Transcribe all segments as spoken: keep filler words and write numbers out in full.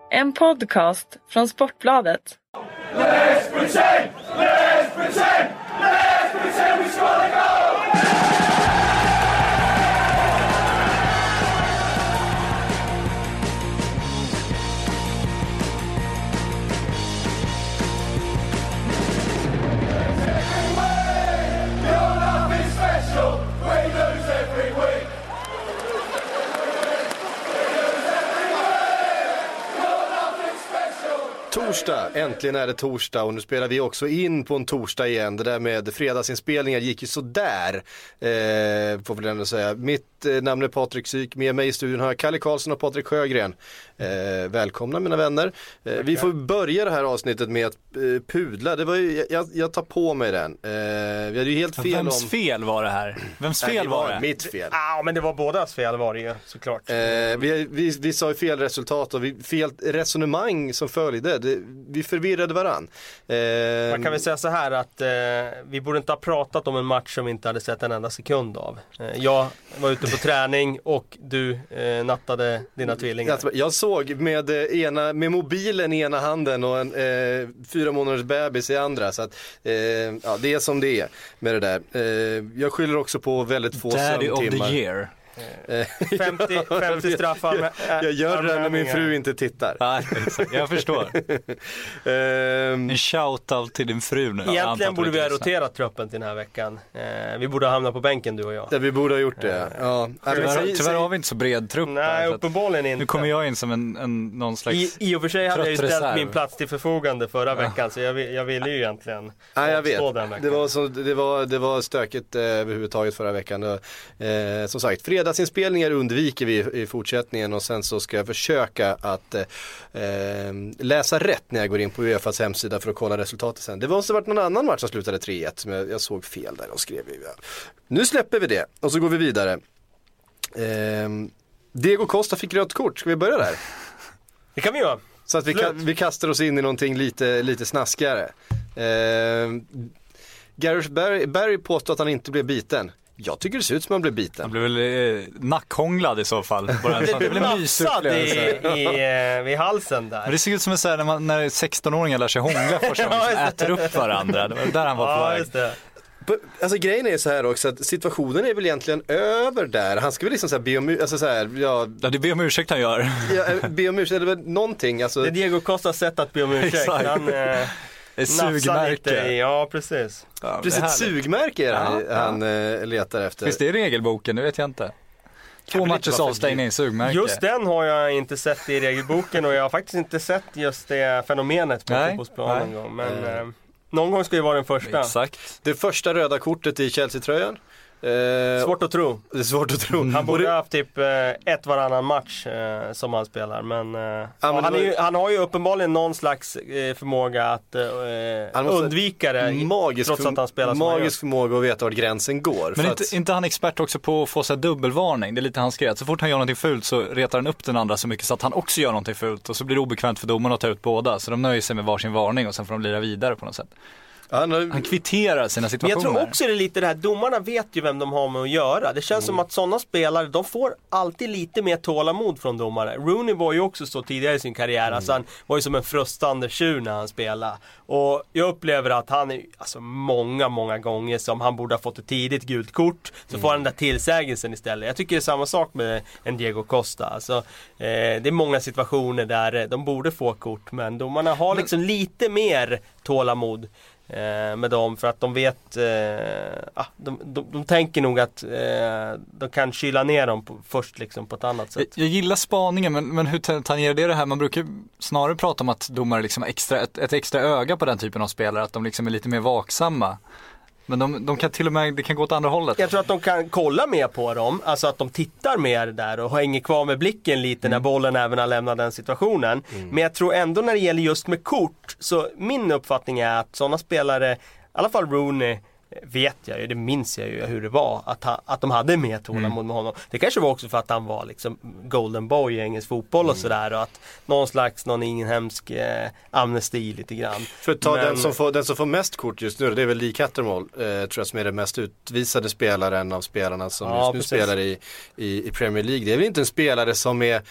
En podcast från Sportbladet. Let's pretend! Let's pretend! Let's pretend we score the goal! You're nothing special. We lose every week. Torsdag, äntligen är det torsdag och nu spelar vi också in på en torsdag igen. Det där med fredagsinspelningar gick ju sådär, eh, får väl ändå säga. Mitt eh, namn är Patrik Syk, med mig i studion har jag Kalle Karlsson och Patrik Sjögren. Eh, välkomna mina vänner. Eh, vi får börja det här avsnittet med att eh, pudla. Det var ju, jag, jag tar på mig den. Eh, vi hade ju helt fel. Vems om... fel var det här? Vems fel Nej, det var, var det? Mitt fel. Ja, men det var bådas fel var det ju, såklart. Eh, vi, vi, vi sa ju fel resultat och vi, fel resonemang som följde. Det, vi förvirrade varann. Eh, Man kan väl säga så här att eh, vi borde inte ha pratat om en match som vi inte hade sett en enda sekund av. Eh, jag var ute på träning och du eh, nattade dina tvillingar. Jag såg med, eh, ena, med mobilen i ena handen och en eh, fyra månaders bebis i andra. Så att, eh, ja, det är som det är med det där. Eh, jag skyller också på väldigt få Daddy sömntimmar. of the year. femtio, femtio straffar med, jag, jag gör det när min fru inte tittar. Ja, exakt. Jag förstår. um, En shoutout till din fru nu. Egentligen borde vi ha roterat truppen till den här veckan. eh, Vi borde ha hamnat på bänken, du och jag. Ja, vi borde ha gjort det. Ja. Tyvärr, tyvärr har vi inte så bred trupp. Nej, uppenbarligen inte. Nu kommer jag in som en, en någon slags I, I och för sig hade jag ju ställt reserv. min plats till förfogande förra ja. veckan. Så jag, jag ville ju egentligen ja, jag vet. Den det, var så, det, var, det var stökigt eh, överhuvudtaget förra veckan och, eh, som sagt, fredagsinspelningar undviker vi i, i fortsättningen. Och sen så ska jag försöka att eh, läsa rätt när jag går in på UEFAs hemsida för att kolla resultatet sen. Det var så varit någon annan match som slutade tre ett som jag, jag såg fel där och skrev. Nu släpper vi det och så går vi vidare. eh, Diego Costa fick rött kort, ska vi börja där? Det kan vi göra. Så att vi, ka- vi kastar oss in i någonting lite, lite snaskigare. eh, Gareth Barry, Barry påstår att han inte blev biten. Jag tycker det ser ut som att han blev biten. Han blev väl eh, nackhånglad i så fall. Bara en det sån, blev mafsad i, i, i, vid halsen där. Men det ser ut som att säga när, man, när sexton-åringar lär sig hångla först och ja, äter upp varandra. Det var där han var ja, på väg. Just det. Alltså grejen är så här också att situationen är väl egentligen över där. Han ska väl liksom så här be om alltså så här, ja, ja, det be om ursäkt han gör. Ja, be om ursäkt eller någonting alltså. Det är Diego Costas sätt att be om ursäkt. Han eh, ett sugmärke. Ja, precis. Ja, precis ett sugmärke är han, ja, han ja. letar efter. Finns det i regelboken? Det vet jag inte. Två matchers avstängning i sugmärke. Just den har jag inte sett i regelboken och jag har faktiskt inte sett just det fenomenet på fotbollsplanen någon gång. Men mm. eh, någon gång ska ju vara den första. Exakt. Det första röda kortet i Chelsea-tröjan. Eh, svårt att tro. Det är svårt att tro. Han borde ha haft typ eh, ett varannan match eh, som han spelar. Men, eh, ja, men han, är ju, han har ju uppenbarligen någon slags eh, förmåga att eh, undvika det magisk trots att han spelar som magisk förmåga att veta var gränsen går. Men inte, att... inte han expert också på att få sig dubbelvarning? Det är lite hans grej. Så fort han gör någonting fult så retar han upp den andra så mycket så att han också gör någonting fult. Och så blir det obekvämt för domarna att ta ut båda. Så de nöjer sig med varsin varning och sen får de lira vidare på något sätt. Han, har... han kvitterar sina situationer. Men jag tror också det är lite det här, domarna vet ju vem de har med att göra. Det känns mm. som att sådana spelare, de får alltid lite mer tålamod från domare. Rooney var ju också så tidigare i sin karriär, mm. alltså han var ju som en frustande tjur när han spelade. Och jag upplever att han är, alltså många, många gånger som han borde ha fått ett tidigt gult kort, så mm. får han den där tillsägelsen istället. Jag tycker det är samma sak med en Diego Costa. Alltså, eh, det är många situationer där de borde få kort, men domarna har liksom men... lite mer tålamod med dem för att de vet eh, de, de, de tänker nog att eh, de kan kyla ner dem på, först liksom på ett annat sätt. Jag, jag gillar spaningen, men, men hur tangerar det det här? Man brukar snarare prata om att domare liksom extra, ett, ett extra öga på den typen av spelare, att de liksom är lite mer vaksamma. Men de, de kan till och med, det kan gå åt andra hållet. Jag tror att de kan kolla mer på dem, alltså att de tittar mer där och hänger kvar med blicken lite mm. när bollen även har lämnat den situationen. Mm. Men jag tror ändå när det gäller just med kort, så min uppfattning är att sådana spelare, i alla fall Rooney, vet jag ju, det minns jag ju hur det var att, ha, att de hade mer tålamod mm. med honom. Det kanske var också för att han var liksom golden boy i engelsk fotboll och mm. sådär, och att någon slags, någon inhemsk eh, amnesti lite grann. För att ta Men... den, som får, den som får mest kort just nu, det är väl Lee Cattermole, eh, tror jag, som är den mest utvisade spelaren av spelarna som ja, just nu precis. spelar i, i, i Premier League. Det är väl inte en spelare som är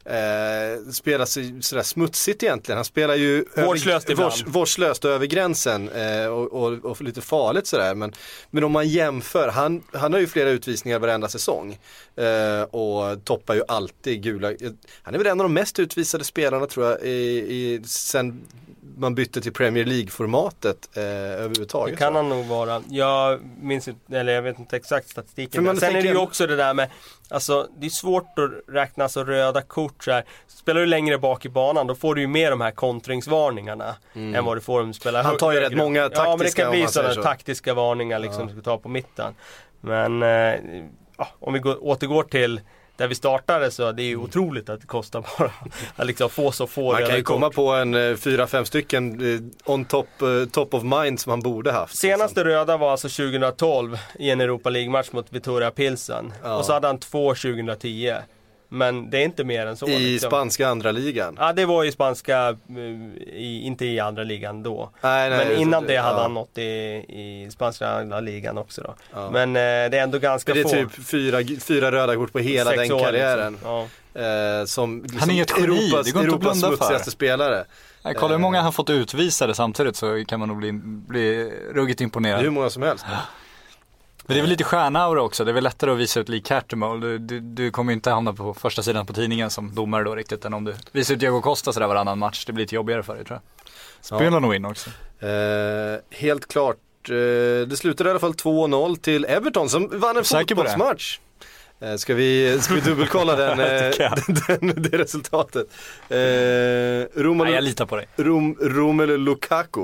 eh, spelar sig sådär smutsigt egentligen. Han spelar ju vårdslöst över, vårs, vårdslöst över gränsen eh, och, och, och lite farligt sådär. Men, men om man jämför, han, han har ju flera utvisningar varenda säsong eh, och toppar ju alltid gula. Han är väl en av de mest utvisade spelarna tror jag i, i, sen man bytte till Premier League-formatet eh, överhuvudtaget. Det kan han nog vara. Jag minns inte, eller jag vet inte exakt statistiken. Sen tänker... är det ju också det där med, alltså det är svårt att räkna så röda kort så här. Spelar du längre bak i banan, då får du ju med de här kontringsvarningarna mm. än vad du får om du spelar Han tar ju rätt många taktiska. Ja, men det kan bli sådana så. taktiska varningar liksom, ja. Du ska ta på mitten. Men eh, ja, om vi går, återgår till där vi startade, så det är ju mm. otroligt att det kostar bara att liksom få så få. Man kan ju komma på en uh, fyra, fem stycken uh, on top, uh, top of mind som han borde haft. Senaste liksom. Röda var alltså tjugohundratolv i en Europa League-match mot Vitória Pilsen. Ja. Och så hade han två tjugohundratio. Men det är inte mer än så. I liksom. Spanska andra ligan. Ja, det var i spanska, i, inte i andra ligan då. Nej, nej, men innan det, det hade ja. han nått i, i spanska andra ligan också då. Ja. Men eh, det är ändå ganska få. Det är få. typ fyra, fyra röda kort på hela Sex den karriären. Liksom. Ja. Eh, som liksom han är ett geni, Europas, det går inte Europas att blunda smutsigaste för. spelare. Jag kollar hur många han fått utvisade samtidigt, så kan man nog bli, bli ruggigt imponerad. Det är hur många som helst. Men det är väl lite stjärnaura också. Det är väl lättare att visa ut Lee Cattermole. Du, du, du kommer ju inte hamna på första sidan på tidningen som domare då riktigt, än om du visar ut Diego Costa sådär varannan match. Det blir lite jobbigare för dig, tror jag. Spelar ja. nog in också. Eh, helt klart. Eh, det slutade i alla fall två noll till Everton som vann en fotbollsmatch. Eh, ska, vi, ska vi dubbelkolla den, eh, den, den, det resultatet? Eh, Romelu, Nej, jag litar på dig. Rom, Romelu Lukaku.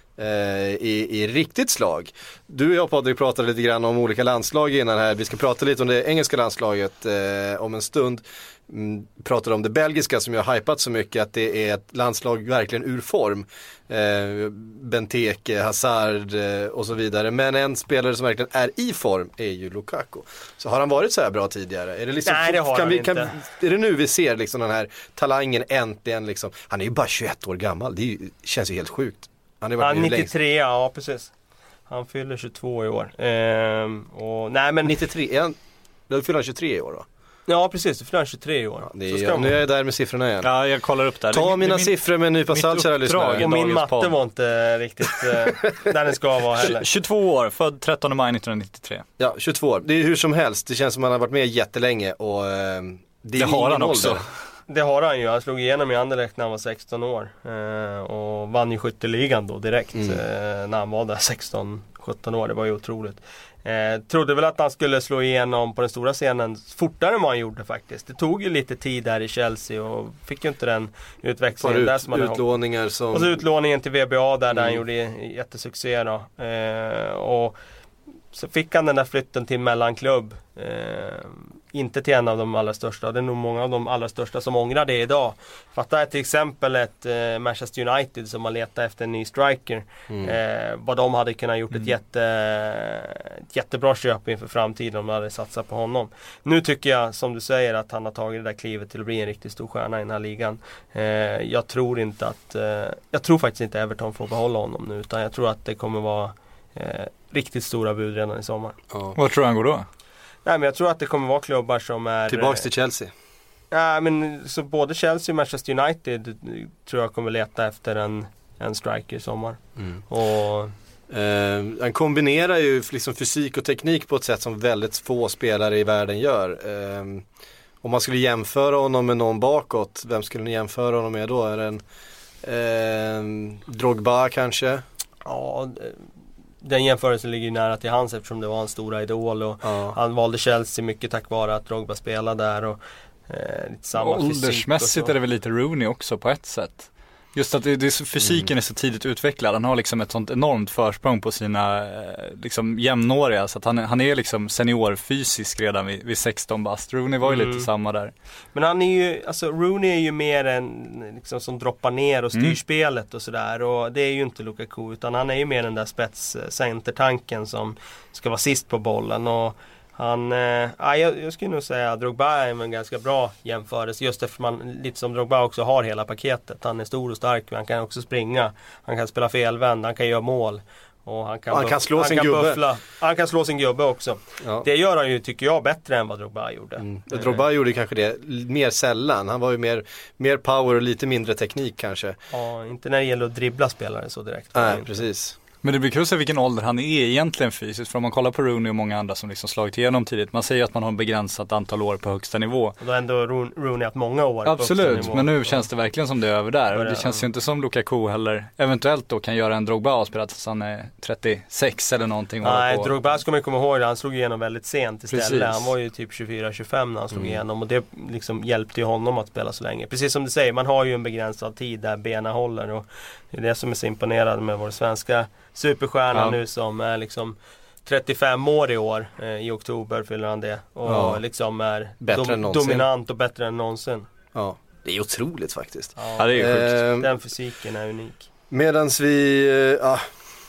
I, i riktigt slag. Du och jag, Patrik, pratade lite grann om olika landslag innan här. Vi ska prata lite om det engelska landslaget eh, om en stund. Mm, pratade om det belgiska som jag har hypat så mycket att det är ett landslag verkligen ur form. eh, Benteke, Hazard eh, och så vidare. Men en spelare som verkligen är i form är ju Lukaku. Så har han varit så här bra tidigare? Är det liksom, Nej, det har kan han vi, inte. kan, är det nu vi ser liksom den här talangen äntligen liksom? Han är ju bara tjugoett år gammal. Det är ju, känns ju helt sjukt. Han är ja, nittiotre, ja precis. Han fyller tjugotvå i år. Ehm, och, nej, men nittiotre, han, då fyller han tjugotre i år då? Ja precis, då fyller han tjugotre i år. Ja, det är, så nu är jag där med siffrorna igen. Ja, jag kollar upp där. Ta det, mina det, siffror med en nypa salt, kära lyssnare. Och min matte var inte riktigt eh, där den ska vara heller. tjugotvå år, född trettonde maj nittonhundranittiotre. Ja, tjugotvå år. Det är hur som helst. Det känns som att han har varit med jättelänge och eh, det, det har han också. Ålder. Det har han ju. Han slog igenom i Anderlecht när han var sexton år. Eh, och vann ju skytteligan då direkt mm. eh, när han var där sexton sjutton år. Det var ju otroligt. Eh, trodde väl att han skulle slå igenom på den stora scenen fortare än vad han gjorde faktiskt. Det tog ju lite tid där i Chelsea och fick ju inte den utväxlingen ut, där som han utlåningar som... Och så utlåningen till V B A där, mm. där han gjorde jättesuccé då. Eh, och så fick han den där flytten till mellanklubb. Eh, inte till en av de allra största. Det är nog många av de allra största som ångrar det idag. Fatta till exempel ett eh, Manchester United som har letat efter en ny striker. Mm. Eh, vad de hade kunnat gjort mm. ett, jätte, ett jättebra köp inför framtiden om de hade satsat på honom. Nu tycker jag, som du säger, att han har tagit det där klivet till att bli en riktigt stor stjärna i den här ligan. Eh, jag tror inte att eh, jag tror faktiskt inte Everton får behålla honom nu, utan jag tror att det kommer vara eh, riktigt stora bud redan i sommar. Ja. Vad tror han går då? Nej, men jag tror att det kommer vara klubbar som är... Tillbaks till Chelsea. Nej, men så både Chelsea och Manchester United tror jag kommer leta efter en, en striker i sommar. Mm. Och... Eh, han kombinerar ju liksom fysik och teknik på ett sätt som väldigt få spelare i världen gör. Eh, om man skulle jämföra honom med någon bakåt, vem skulle ni jämföra honom med då? Är det en eh, Drogba kanske? Ja, den jämförelsen ligger ju nära till hans eftersom det var en stora idol och ja. Han valde Chelsea mycket tack vare att Drogba spelade där och eh, lite samma fysik. Åldersmässigt är det väl lite Rooney också på ett sätt. Just att det, det är så, fysiken mm. är så tidigt utvecklad. Han har liksom ett sånt enormt försprång på sina liksom, jämnåriga. Så att han, han är liksom seniorfysisk redan vid, vid sexton bast. Rooney var ju mm. lite samma där. Men han är ju, alltså Rooney är ju mer en liksom, som droppar ner och styr mm. spelet och sådär. Och det är ju inte Lukaku, utan han är ju mer den där spetscentertanken som ska vara sist på bollen. Och han, eh, ja, jag, jag skulle nog säga att Drogba är en ganska bra jämförelse just eftersom man, lite som Drogba också har hela paketet. Han är stor och stark, han kan också springa, han kan spela felvänd, han kan göra mål Och han kan, han buff- kan slå han sin kan gubbe. Buffla. Han kan slå sin gubbe också. Ja. Det gör han ju, tycker jag, bättre än vad Drogba gjorde. Mm. Drogba gjorde kanske det mer sällan. Han var ju mer, mer power och lite mindre teknik kanske. Ja, inte när det gäller att dribbla spelare så direkt. Nej, precis. Men det blir kul att se vilken ålder han är egentligen fysiskt. För om man kollar på Rooney och många andra som liksom slagit igenom tidigt. Man säger att man har en begränsat antal år på högsta nivå. Och då har ändå Rooney haft många år Absolut, på högsta nivå. men nu känns det verkligen som det är över där. Och det känns ju inte som Lukaku heller eventuellt då kan göra en Drogba avspelat tills han är trettiosex eller någonting. Nej, på. Drogba ska man komma ihåg det. Han slog igenom väldigt sent istället. Precis. Han var ju typ tjugofyra tjugofem när han slog Mm. igenom. Och det liksom hjälpte ju honom att spela så länge. Precis som du säger, man har ju en begränsad tid där benen håller. Och det är det som är så imponerande med vår svenska superstjärna Ja. nu som är liksom trettiofem år i år. Eh, I oktober fyller han det. Och Ja. liksom är Bättre än någonsin. dominant och bättre än någonsin. Ja, det är otroligt faktiskt. Ja, det är ju sjukt. Eh, Den fysiken är unik. Medans vi, eh, ah,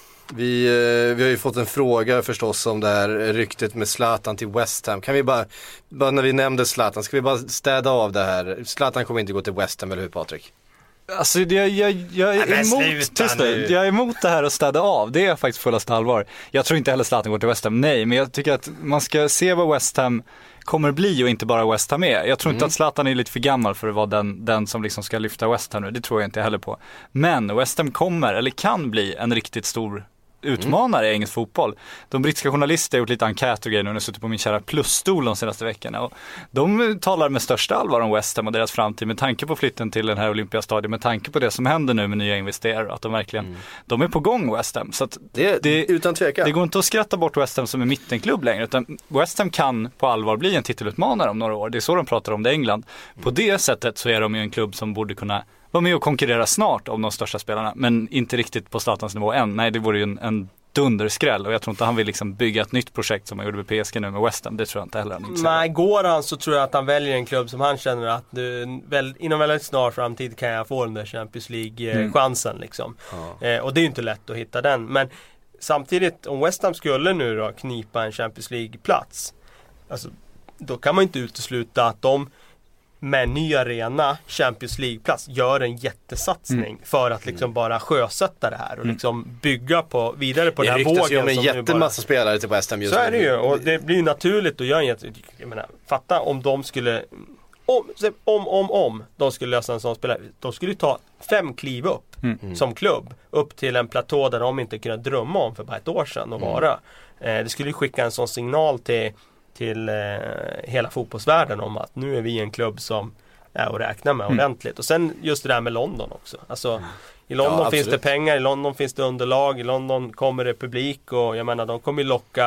vi, eh, vi har ju fått en fråga förstås om det här ryktet med Zlatan till West Ham. Kan vi bara, bara när vi nämnde Zlatan, ska vi bara städa av det här? Zlatan kommer inte gå till West Ham, eller hur Patrik? Alltså jag, jag, jag är Nej, men emot, sluta tyst nu. nu. Jag är emot det här att städa av. Det är jag faktiskt fullast allvar. Jag tror inte heller Zlatan går till West Ham, nej. Men jag tycker att man ska se vad West Ham kommer bli och inte bara West Ham är. Jag tror Mm. inte att Zlatan är lite för gammal för att vara den, den som liksom ska lyfta West Ham nu. Det tror jag inte heller på. Men West Ham kommer, eller kan bli, en riktigt stor utmanare i engelsk fotboll. De brittiska journalister har gjort lite enkät och grejer nu när jag suttit på min kära plusstol de senaste veckorna. Och de talar med största allvar om West Ham och deras framtid med tanke på flytten till den här Olympiastadion, med tanke på det som händer nu med nya investerare. Att de verkligen, mm. de är på gång West Ham. Så att Det, det, utan tvekan. det går inte att skratta bort West Ham som en mittenklubb längre, utan West Ham kan på allvar bli en titelutmanare om några år. Det är så de pratar om det i England. På det sättet så är de ju en klubb som borde kunna vara med och konkurrera snart om de största spelarna, men inte riktigt på Zlatans nivå än. Nej, det vore ju en, en dunderskräll, och jag tror inte han vill liksom bygga ett nytt projekt som han gjorde med P S G nu med West Ham. Det tror jag inte heller. Nej, går han så tror jag att han väljer en klubb som han känner att nu, väl, inom väldigt snar framtid kan jag få den där Champions League-chansen mm. liksom. Ja. Eh, och det är ju inte lätt att hitta den. Men samtidigt, om West Ham skulle nu då knipa en Champions League-plats, alltså, då kan man inte utesluta att de med en ny arena, Champions League-plats, gör en jättesatsning mm. för att liksom bara sjösätta det här och Mm. liksom bygga på, vidare på Det den här ryktas vågen. ju om en som nu bara- jättemassa spelare till West Ham just Så nu. är det ju, och det blir ju naturligt att göra en jätte... Jag menar, fatta om de skulle... Om, om, om, om de skulle lösa en sån spelare, de skulle ju ta fem kliv upp Mm. som klubb, upp till en platå där de inte kunde drömma om för bara ett år sedan att Mm. vara. Eh, det skulle ju skicka en sån signal till, till eh, hela fotbollsvärlden om att nu är vi en klubb som är att räkna med Mm. ordentligt. Och sen just det där med London också. Alltså, i London Ja, finns det absolut. pengar, i London finns det underlag, i London kommer det publik, och jag menar de kommer ju locka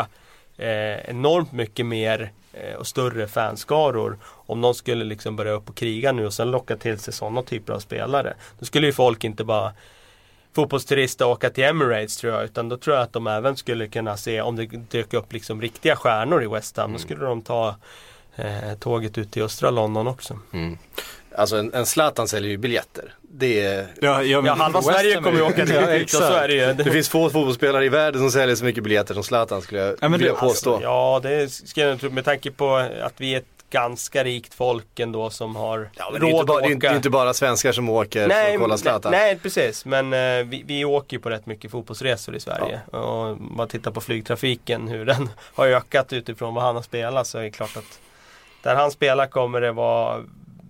eh, enormt mycket mer eh, och större fanskaror om de skulle liksom börja upp och kriga nu och sen locka till sig sådana typer av spelare. Då skulle ju folk inte bara fotbollsturister åka till Emirates, tror jag, utan då tror jag att de även skulle kunna se, om det dök upp liksom riktiga stjärnor i West Ham, Mm. då skulle de ta eh, tåget ut till östra London också. Mm. Alltså en, en Zlatan säljer ju biljetter. Det är... Ja, ja, Ja, halva Sverige kommer ju åka ja, dit, och så är det ju. Det finns få fotbollsspelare i världen som säljer så mycket biljetter som Zlatan, skulle jag Ja, men vilja det- påstå. Alltså, ja, det ska jag tro, med tanke på att vi är ett ganska rikt folk ändå som har Ja, men det är ju råd inte bara, att det är åka. inte, inte bara svenskar som åker för att kolla Zlatan. nej, nej, precis. Men eh, vi, vi åker ju på rätt mycket fotbollsresor i Sverige. Och om man tittar på flygtrafiken, hur den har ökat utifrån vad han har spelat, så är det klart att där han spelar kommer det vara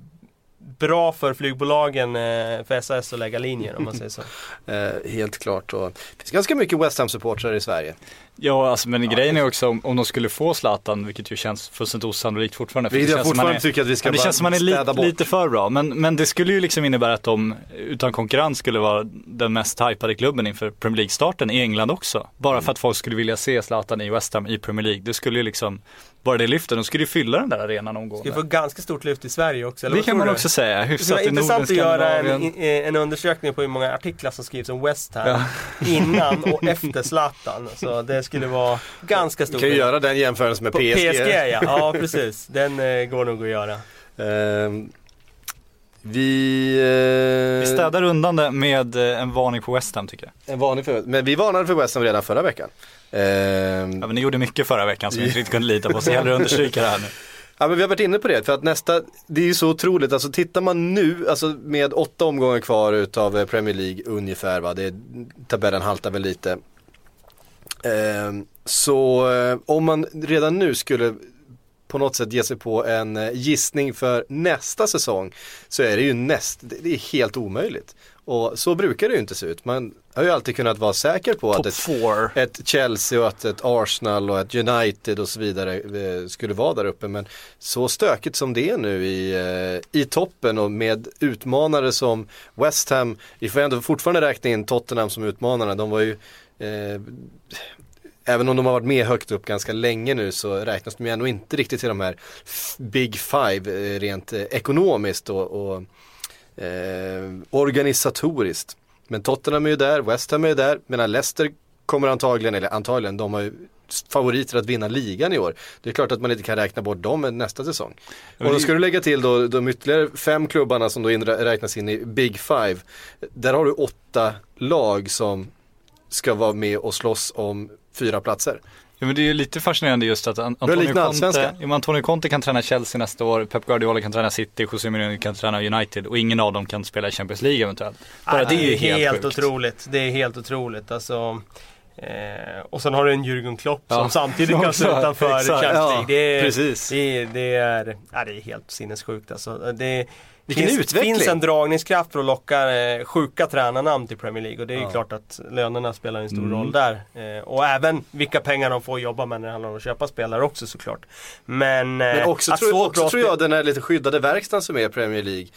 bra för flygbolagen, eh, för S A S att lägga linjer, om man säger så. Eh, helt klart. Och det finns ganska mycket West Ham-supportrar i Sverige. Ja, alltså, men grejen är också om, om de skulle få Zlatan, vilket ju känns fullständigt osannolikt fortfarande. För Vilket det jag känns som man fortfarande är, tycker att vi ska ja, det bara känns som man är städa lite, bort. lite för bra. Men, men det skulle ju liksom innebära att de utan konkurrens skulle vara den mest hypade klubben inför Premier League-starten i England också. Bara Mm. för att folk skulle vilja se Zlatan i West Ham i Premier League. Det skulle ju liksom, bara det lyfter, de skulle ju fylla den där arenan omgående. Ska få ganska stort lyft i Sverige också, eller Det vad kan tror man du? också säga. Det skulle Hyfsat vara i Norden, intressant att göra en, Skandinavien. en undersökning på hur många artiklar som skrivs om West Ham innan och efter Zlatan. Så det skulle vara ganska Vi stort. kan ju göra den jämförelsen med På P S G. P S G, ja. Ja, precis. Den eh, går nog att göra. Ehm, vi... eh, Vi städar undan det med eh, en varning på West Ham, tycker jag. En varning för, men vi varnade för West Ham redan förra veckan. Ehm, Ja, men ni gjorde mycket förra veckan som vi inte riktigt kunde lita på, så jag hellre understryka det här nu. Ja, men vi har varit inne på det, för att nästa, det är ju så otroligt, alltså tittar man nu, alltså med åtta omgångar kvar utav Premier League ungefär, va, det, tabellen haltar väl lite. Eh, så eh, om man redan nu skulle på något sätt ge sig på en eh, gissning för nästa säsong, så är det ju näst, det, det är helt omöjligt. Och så brukar det ju inte se ut. Man har ju alltid kunnat vara säker på Top att ett, four. ett Chelsea och att ett Arsenal och ett United och så vidare eh, skulle vara där uppe. Men så stökigt som det är nu i, eh, i toppen och med utmanare som West Ham, vi får ändå fortfarande räkna in Tottenham som utmanarna. De var ju, eh, även om de har varit med högt upp ganska länge nu, så räknas de ju ändå inte riktigt till de här f- Big Five eh, rent eh, ekonomiskt och, och Eh, organisatoriskt. Men Tottenham är ju där, West Ham är ju där, medan Leicester kommer antagligen, eller antagligen, de har ju favoriter att vinna ligan i år. Det är klart att man inte kan räkna bort dem nästa säsong. Och då ska du lägga till då, de ytterligare fem klubbarna som då räknas in i Big Five. Där har du åtta lag som ska vara med och slåss om fyra platser. Ja, men det är ju lite fascinerande just att Antonio Conte, ja, Antonio Conte kan träna Chelsea nästa år, Pep Guardiola kan träna City, José Mourinho kan träna United och ingen av dem kan spela i Champions League eventuellt. Bara ah, det är ju helt, helt helt otroligt. Det är helt otroligt. Alltså, eh, och sen har du en Jürgen Klopp ja. som samtidigt kan stå utanför Champions League. Det är, precis. Det, det, är, ja, det är helt sinnessjukt. Alltså, det Det finns, finns en dragningskraft för att locka eh, sjuka tränarnamn till Premier League. Och det är ju ja. klart att lönerna spelar en stor mm. roll där. Eh, och även vilka pengar de får jobba med när det handlar om att köpa spelare också såklart. Men, eh, Men också, tror, också tror jag den här lite skyddade verkstaden som är Premier League.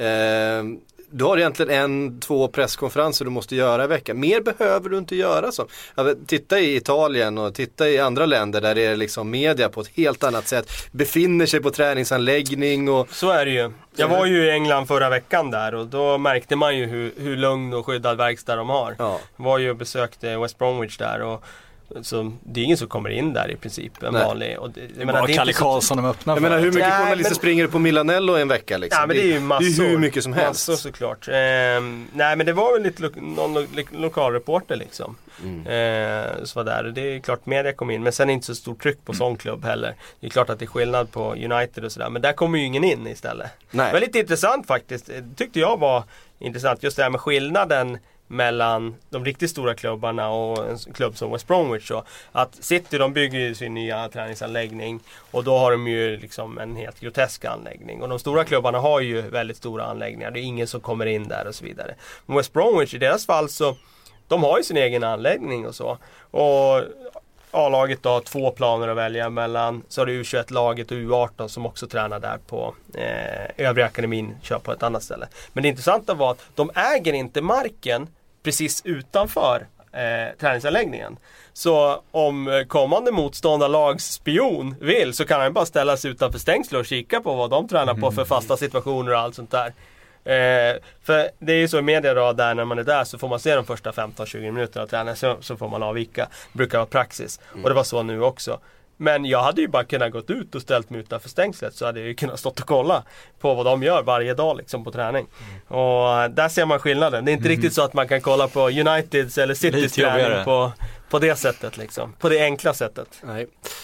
Eh, du har egentligen en, två presskonferenser du måste göra i veckan. Mer behöver du inte göra så. Titta i Italien och titta i andra länder där det är liksom media på ett helt annat sätt. Befinner sig på träningsanläggning och... Så är det ju. Jag var ju i England förra veckan där och då märkte man ju hur, hur lugn och skyddad verkstad de har. Ja. Jag var ju och besökte West Bromwich där och så det är ingen som kommer in där i princip en Nej. vanlig och det, det är bara Kalle Karlsson de öppnar för. Jag menar hur mycket Nej, journalister men... springer på Milanello en vecka liksom? Ja, men det är ju massor. Det är hur mycket som helst. Massor såklart. Eh, nej men det var väl lite lo- någon lo- lokalreporter liksom. Mm. Eh, så var där. Det är klart media kom in men sen är det inte så stort tryck på sån klubb heller. Det är klart att det är skillnad på United och sådär men där kommer ju ingen in istället. Nej. Väldigt intressant faktiskt. Det tyckte jag var intressant just det här med skillnaden mellan de riktigt stora klubbarna och en klubb som West Bromwich så att City de bygger ju sin nya träningsanläggning och då har de ju liksom en helt grotesk anläggning och de stora klubbarna har ju väldigt stora anläggningar, det är ingen som kommer in där och så vidare. Men West Bromwich i deras fall så de har ju sin egen anläggning och så och A-laget då har två planer att välja mellan, så har du U tjugoett-laget och U arton som också tränar där på eh, övriga akademin, kör på ett annat ställe. Men det intressanta var att de äger inte marken precis utanför eh, träningsanläggningen. Så om kommande motståndarlags spion vill så kan han bara ställa sig utanför stängsel och kika på vad de tränar på för fasta situationer och allt sånt där. Eh, för det är ju så i media då, där när man är där så får man se de första femton till tjugo minuterna av träningen så, så får man avvika. Det brukar vara praxis. Mm. Och det var så nu också. Men jag hade ju bara kunnat gått ut och ställt mig utanför stängslet så hade jag ju kunnat stått och kolla på vad de gör varje dag liksom på träning. Mm. Och där ser man skillnaden. Det är inte mm. riktigt så att man kan kolla på Uniteds eller Citys träning på, på det sättet liksom. På det enkla sättet. Nej.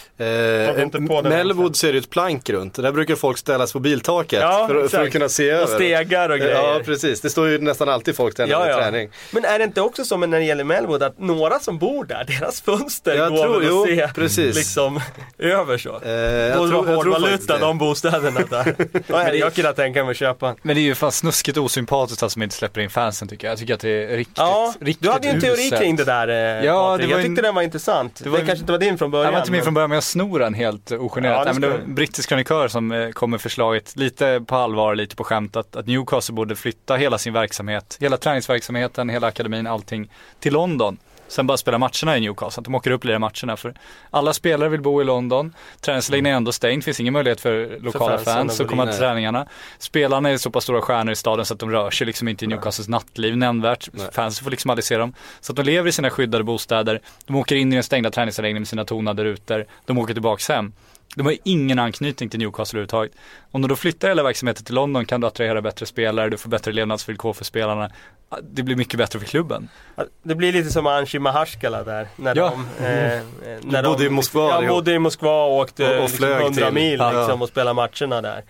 Eh, Melwood ser ut plank runt. Där brukar folk ställas på biltaket ja, för, för att kunna se över. Och stegar och grejer. Ja, precis. Det står ju nästan alltid folk där ja, ja. träning. Men är det inte också som när det gäller Melwood att några som bor där, deras fönster jag går tror, väl att jo, se precis. liksom över så. Eh, jag tror, jag tror faktiskt det. De bostäderna där. Ja, jag kunde tänka mig att köpa. Men det är ju fast snuskigt osympatiskt att de inte släpper in fansen tycker jag. Jag tycker att det är riktigt Ja, riktigt du hade ju en teori uselt. Kring det där eh, ja, det var Jag tyckte en... den var intressant. Det, var det en... kanske inte var din från början. Det var inte min men... från början men jag snor den helt ogenerat. Ja, det, det var en brittisk krönikör som eh, kom med förslaget lite på allvar, lite på skämt att, att Newcastle borde flytta hela sin verksamhet, hela träningsverksamheten, hela akademin, allting till London. Sen bara spela matcherna i Newcastle, att de åker upp lite matcherna för alla spelare vill bo i London. Träningsläggningen är ändå stängd, finns ingen möjlighet för lokala för fans att komma till träningarna. Spelarna är så pass stora stjärnor i staden så att de rör sig liksom inte i Newcastles nattliv nämnvärt. Fans får liksom aldrig se dem. Så att de lever i sina skyddade bostäder. De åker in i den stängda träningsanläggningen med sina tonade rutor. De åker tillbaka hem. De har ingen anknytning till Newcastle överhuvudtaget. Om du då flyttar hela verksamheten till London kan du attrahera bättre spelare, du får bättre levnadsvillkor för spelarna. Det blir mycket bättre för klubben. Det blir lite som Anshi Maharskala där. När ja. de, eh, när bodde de, i Moskva. Ja, bodde i Moskva och åkte och, och liksom hundra mil liksom, och spelade matcherna där.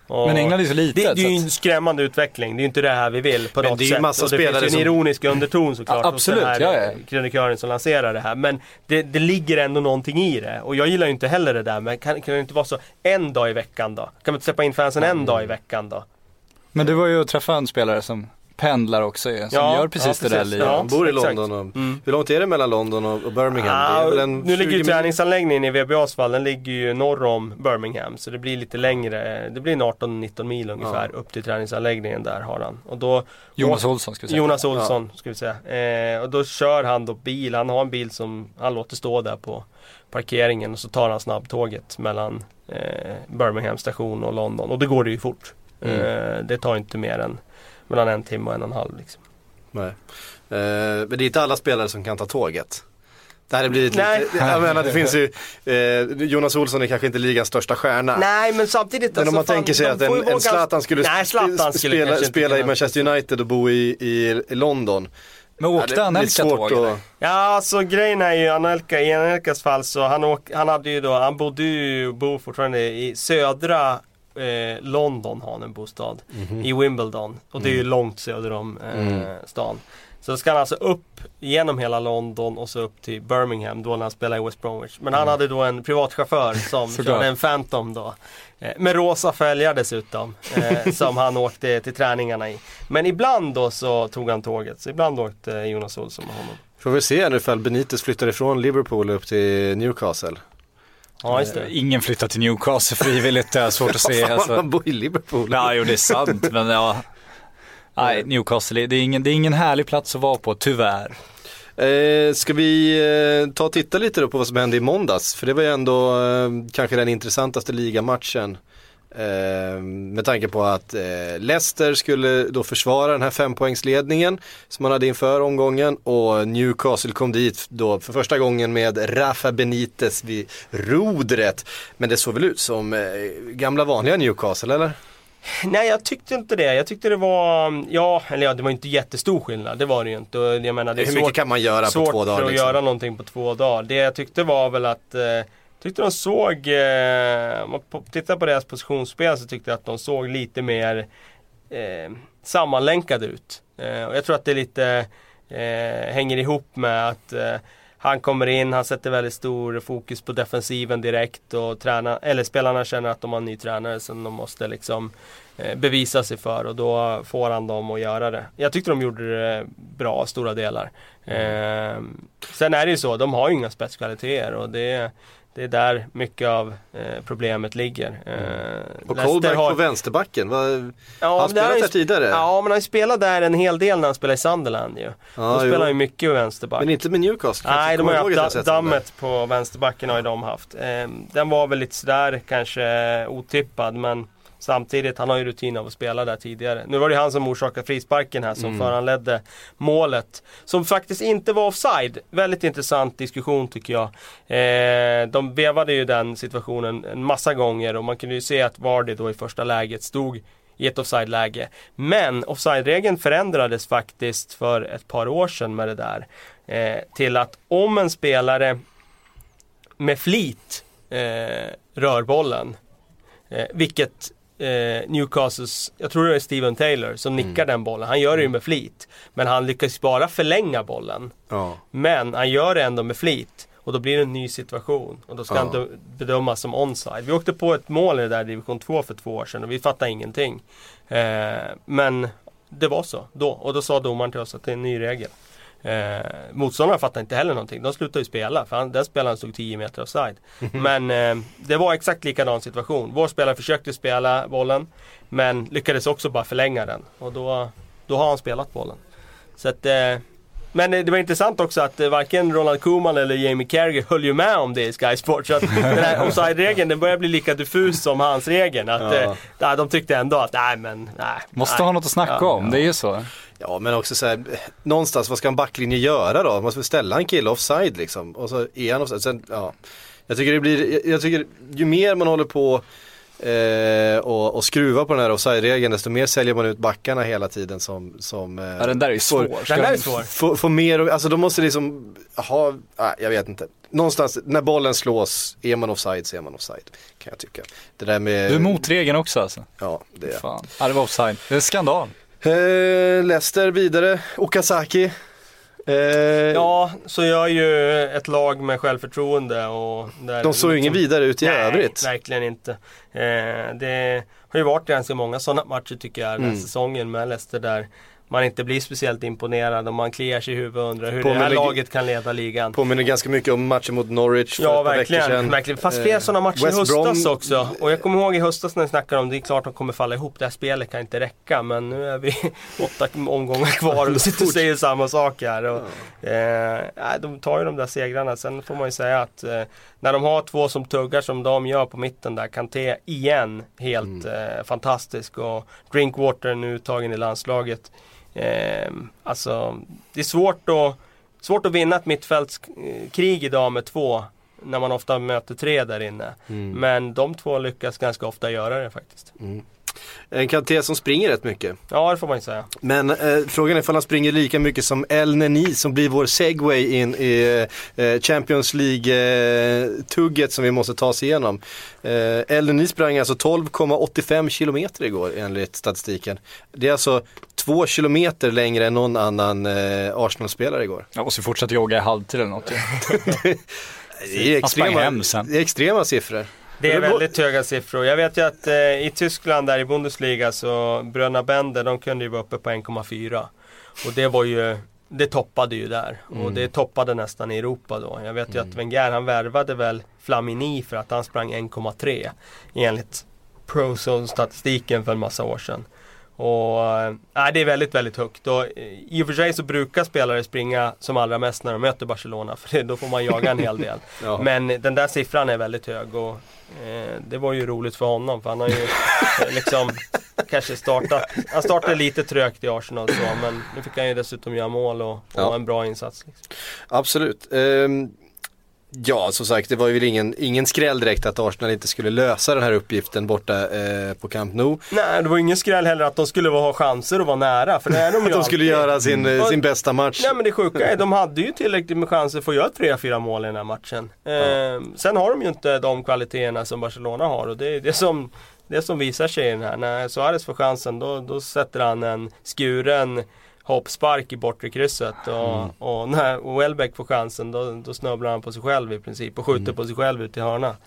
Och Men England är så litet. Det, det är ju så en att... skrämmande utveckling. Det är ju inte det här vi vill på Men något det är ju sätt. massa Och det spelare finns ju en som- ironisk underton såklart. Ja, hos absolut, den här ja, ja. krönikören som lanserar det här. Men det, det ligger ändå någonting i det. Och jag gillar ju inte heller det där. Men kan, kan det inte vara så en dag i veckan då? Kan man inte släppa in fansen en dag i veckan då? Men det var ju att träffa en spelare som pendlar också ju, som Ja, gör precis ja, det där precis. livet. Ja. Han bor i exakt. London och, Mm. hur långt är det mellan London och och Birmingham? Ah, det är väl en nu ligger ju tjugo mil- träningsanläggningen i V B A:s fall, den ligger ju norr om Birmingham. Så det blir lite längre, det blir en arton nitton mil ungefär upp till träningsanläggningen där har han. Och då, Jonas Olsson ska vi säga. Jonas Olsson ska vi säga. Eh, och då kör han då bil, han har en bil som han låter stå där på parkeringen och så tar han snabbtåget mellan eh, Birmingham station och London. Och det går det ju fort. Mm. Eh, det tar inte mer än mellan en timme och en och en halv liksom. Nej. Eh, men det är inte alla spelare som kan ta tåget. Det här har blivit Nej. lite, jag menar det finns ju, eh, Jonas Olsson är kanske inte ligans största stjärna. Nej men samtidigt Men om man alltså, fan, tänker sig de att får ju en, vara en Zlatan skulle, Nej, Zlatan sp- skulle spela, kanske inte spela i kunna- Manchester United och bo i, i, i London. Men Ja, åkte det- han det är Elka svårt tåg? att- eller? Ja, alltså grejen är ju Anelka, i Anelkas fall så han, åk, han hade ju då, han bodde ju, bor fortfarande i södra eh, London har han en bostad. Mhm. I Wimbledon. Och det är ju långt söder om eh, Mm. stan. Så då ska han alltså upp genom hela London och så upp till Birmingham då när han spelade i West Bromwich. Men han hade då en privatchaufför som Såklart. körde en Phantom då. Eh, med rosa fälgar dessutom. Eh, som han åkte till träningarna i. Men ibland då så tog han tåget. Så ibland åkte Jonas Olsson med honom. Får vi se nu ifall Benitez flyttar ifrån Liverpool upp till Newcastle. Ja just det. Ingen flyttar till Newcastle frivilligt, det är svårt att se. Alltså. Han bor i Liverpool. Ja, jo, det är sant, men ja. Nej, Newcastle, det är ingen, det är ingen härlig plats att vara på, tyvärr. Eh, ska vi eh, ta och titta lite då på vad som hände i måndags? För det var ju ändå eh, kanske den intressantaste ligamatchen. Eh, med tanke på att eh, Leicester skulle då försvara den här fempoängsledningen som man hade inför omgången, och Newcastle kom dit då för första gången med Rafa Benitez vid rodret. Men det såg väl ut som eh, gamla vanliga Newcastle, eller? Nej jag tyckte inte det. Jag tyckte det var, ja, eller ja, det var inte jättestor skillnad. Det var det ju inte. Och jag menar, det är Hur mycket svårt, kan man göra på svårt två dagar? att Liksom? göra någonting på två dagar. Det jag tyckte var väl att, eh, tyckte de såg, eh, om man på- tittar på deras positionsspel så tyckte jag att de såg lite mer eh, sammanlänkade ut. Eh, och jag tror att det lite eh, hänger ihop med att eh, han kommer in, han sätter väldigt stor fokus på defensiven direkt och träna, eller spelarna känner att de har en ny tränare som de måste liksom eh, bevisa sig för, och då får han dem att göra det. Jag tyckte de gjorde det bra stora delar. Eh, sen är det ju så, de har ju inga spetskvaliteter och det, det är där mycket av eh, problemet ligger. Eh, Och Leicester Colback har- på vänsterbacken, vad... Ja, han men det har spelat ju där sp- tidigare? Ja, men han spelat där en hel del när han spelade i Sunderland ju. Ja, De jo. spelar ju mycket vänsterback. Men inte med Newcastle. Nej, de har ju Kommer du ihåg att jag haft sett da- dem där? dammet på vänsterbacken har ju de haft. Eh, den var väl lite sådär kanske otippad, men samtidigt, han har ju rutin av att spela där tidigare. Nu var det han som orsakade frisparken här som Mm. föranledde målet. Som faktiskt inte var offside. Väldigt intressant diskussion tycker jag. Eh, de vevade ju den situationen en massa gånger och man kunde ju se att Vardy då i första läget stod i ett offside-läge. Men offside-regeln förändrades faktiskt för ett par år sedan med det där. Eh, till att om en spelare med flit eh, rör bollen, eh, vilket eh, Newcastles, jag tror det är Steven Taylor som nickar Mm. den bollen. Han gör det ju med flit, men han lyckas bara förlänga bollen. Ja. Men han gör det ändå med flit. Och då blir det en ny situation. Och då ska Ja. han do- bedömas som onside. Vi åkte på ett mål i det där division två för två år sedan och vi fattade ingenting. Eh, men det var så då. Och då sa domaren till oss att det är en ny regel. Eh, motståndarna fattade inte heller någonting. De slutade ju spela. För han, den spelaren stod tio meter offside. Men eh, det var exakt likadan situation. Vår spelare försökte spela bollen. Men lyckades också bara förlänga den. Och då, då har han spelat bollen. Så att... Eh, Men det var intressant också att eh, varken Ronald Koeman eller Jamie Carragher höll ju med om det i Sky Sports. Så att den här offside-regeln, den börjar bli lika diffus som hans regeln. Att, Ja. eh, de tyckte ändå att nej men nej. Måste nej. ha något att snacka Ja, om, det är ju så. Ja, men också så här, någonstans, vad ska en backlinje göra då? Man måste väl ställa en kille offside liksom. Och så är han offside. Sen, ja. Jag tycker det blir, jag, jag tycker ju mer man håller på eh, och, och skruva på den här offside-regeln, desto mer säljer man ut backarna hela tiden som, som eh, Ja, den där är ju svår. Den där är svår. Få, få mer, alltså de måste liksom ha, ah, jag vet inte. Någonstans, när bollen slås, är man offside så är man offside, kan jag tycka. Det där med... Du är mot regeln också alltså? Ja, det är Fan. Ja, det var offside. Det är en skandal. eh, Leicester vidare, Okazaki. Eh, Ja, så gör ju ett lag med självförtroende och där de såg ju ingen vidare ut i nej, övrigt. verkligen inte. Eh, det har ju varit ganska många sådana matcher tycker jag den här Mm. säsongen med Leicester där man inte blir speciellt imponerad och man kliar sig i huvudet och undrar hur Påminner- det här laget kan leda ligan. Påminner ganska mycket om matchen mot Norwich för Ja, ett par veckor verkligen, sedan. verkligen. Fast fler Eh, sådana matcher i West höstas Brom- också. Och jag kommer ihåg i höstas när jag snackade om det är klart att de kommer falla ihop. Det här spelet kan inte räcka. Men nu är vi åtta omgångar kvar och du sitter och säger samma sak här. Och, eh, de tar ju de där segrarna. Sen får man ju säga att eh, när de har två som tuggar som de gör på mitten där. Kanté igen helt eh, fantastisk. Och Drinkwater nu tagen i landslaget. Eh, alltså det är svårt att, svårt att vinna ett mittfältskrig idag med två när man ofta möter tre där inne. Mm. Men de två lyckas ganska ofta göra det faktiskt. En Kanté som springer rätt mycket. Ja, det får man ju säga. Men eh, frågan är ifall han springer lika mycket som El Neni som blir vår segway in i eh, Champions League-tugget som vi måste ta oss igenom. Eh, El Neni sprang alltså tolv komma åttiofem kilometer igår enligt statistiken. Det är alltså två kilometer längre än någon annan eh, Arsenal-spelare igår. Jag måste fortsätta jogga i halvtid eller något. Det är Han sprang extrema, hem sen. det är extrema siffror. Det är Men det väldigt höga siffror. Jag vet ju att eh, i Tyskland där i Bundesliga så Bröderna Bender, de kunde ju vara uppe på en komma fyra. Och det var ju, det toppade ju där. Och det toppade nästan i Europa då. Jag vet ju att Wenger, han värvade väl Flamini för att han sprang en komma tre enligt ProZone-statistiken för en massa år sedan. Och äh, det är väldigt, väldigt högt. Och, i och för sig så brukar spelare springa som allra mest när de möter Barcelona. För det, då får man jaga en hel del. Ja. Men den där siffran är väldigt hög. Och eh, det var ju roligt för honom. För han har ju eh, liksom kanske startat. Han startade lite trögt i Arsenal så. Men nu fick han ju dessutom göra mål och, och Ja. en bra insats. Liksom. Absolut. Ehm, ja, som sagt, det var ju ingen, ingen skräll direkt att Arsenal inte skulle lösa den här uppgiften borta eh, på Camp Nou. Nej, det var ingen skräll heller att de skulle ha chanser att vara nära. För det är de ju Att de skulle alltid. göra sin, Mm. sin bästa match. Nej, men det sjuka är de hade ju tillräckligt med chanser för att göra tre fyra mål i den här matchen. Eh, sen har de ju inte de kvaliteterna som Barcelona har och det är det som, det som visar sig i den här. När Suarez får chansen då, då sätter han en skuren hoppspark i bortre krysset och, Mm. och när Welbeck får chansen då, då snubblar han på sig själv i princip och skjuter Mm. på sig själv ut i hörna.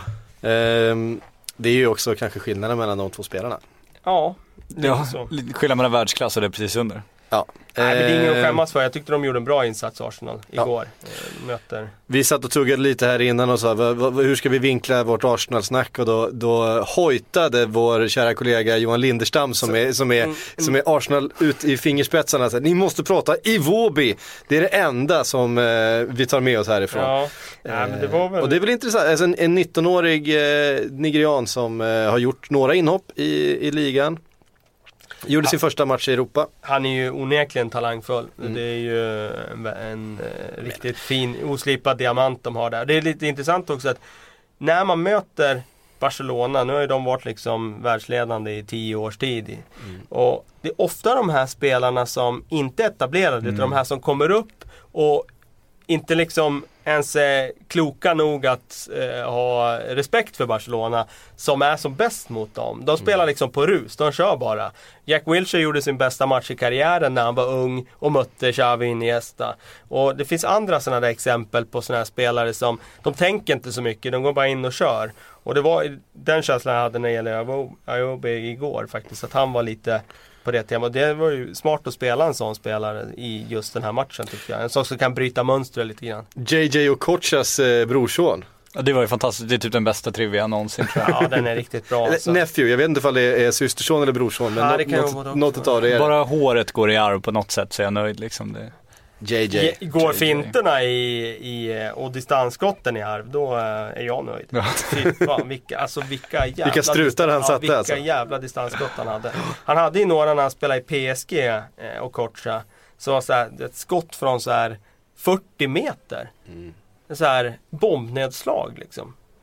Ehm, det är ju också kanske skillnaden mellan de två spelarna. Ja, det är Ja, så. skillnad mellan världsklass och det är precis under. Ja. Nej, men det är ingen att Ehm, skämmas för. Jag tyckte de gjorde en bra insats Arsenal igår. Eh, möter. Vi satt och tuggade lite här innan och sa vad, vad, hur ska vi vinkla vårt Arsenal-snack och då, då hojtade vår kära kollega Johan Linderstam som är, som är, Mm, som är Arsenal ut i fingerspetsarna. Så, ni måste prata Iwobi. Det är det enda som eh, vi tar med oss härifrån. Ja, ja men det var väl... Och det är väl intressant, alltså en, en nittonårig eh, nigerian som eh, har gjort några inhopp i, i ligan. Gjorde sin första match i Europa. Han är ju onekligen talangfull. Mm. Det är ju en, en eh, riktigt fin, oslipad diamant de har där. Det är lite intressant också att när man möter Barcelona, nu har ju de varit liksom världsledande i tio års tid. Mm. Och det är ofta de här spelarna som inte är etablerade, mm. utan de här som kommer upp och inte liksom ens är kloka nog att eh, ha respekt för Barcelona som är som bäst mot dem. De spelar liksom på rus, de kör bara. Jack Wilshere gjorde sin bästa match i karriären när han var ung och mötte Xavi Iniesta. Och det finns andra sådana där exempel på sådana här spelare som de tänker inte så mycket, de går bara in och kör. Och det var den känslan jag hade när det gäller Ayoub igår faktiskt, att han var lite på det temat. Det var ju smart att spela en sån spelare i just den här matchen tycker jag. En sån som kan bryta mönster lite grann. J J Okochas eh, brorson. Ja, det var ju fantastiskt, det är typ den bästa trivia någonsin tror jag. Ja, den är riktigt bra. Alltså. Nephew, jag vet inte om det är systerson eller brorson, men Ja, det kan något, vara något, något av det är det. Bara håret går i arv på något sätt så är jag nöjd liksom. Det. J J. Ge- Går finterna i, i, och distansskotten i arv, då är jag nöjd. Ja. Fy fan, vilka, alltså vilka jävla Vilka strutar han ja, satte vilka alltså. jävla distansskott han hade. Han hade ju några när han spelade i P S G eh, och Kocha. Så var så här, ett skott från så här fyrtio meter. Mm. Så här bombnedslag liksom.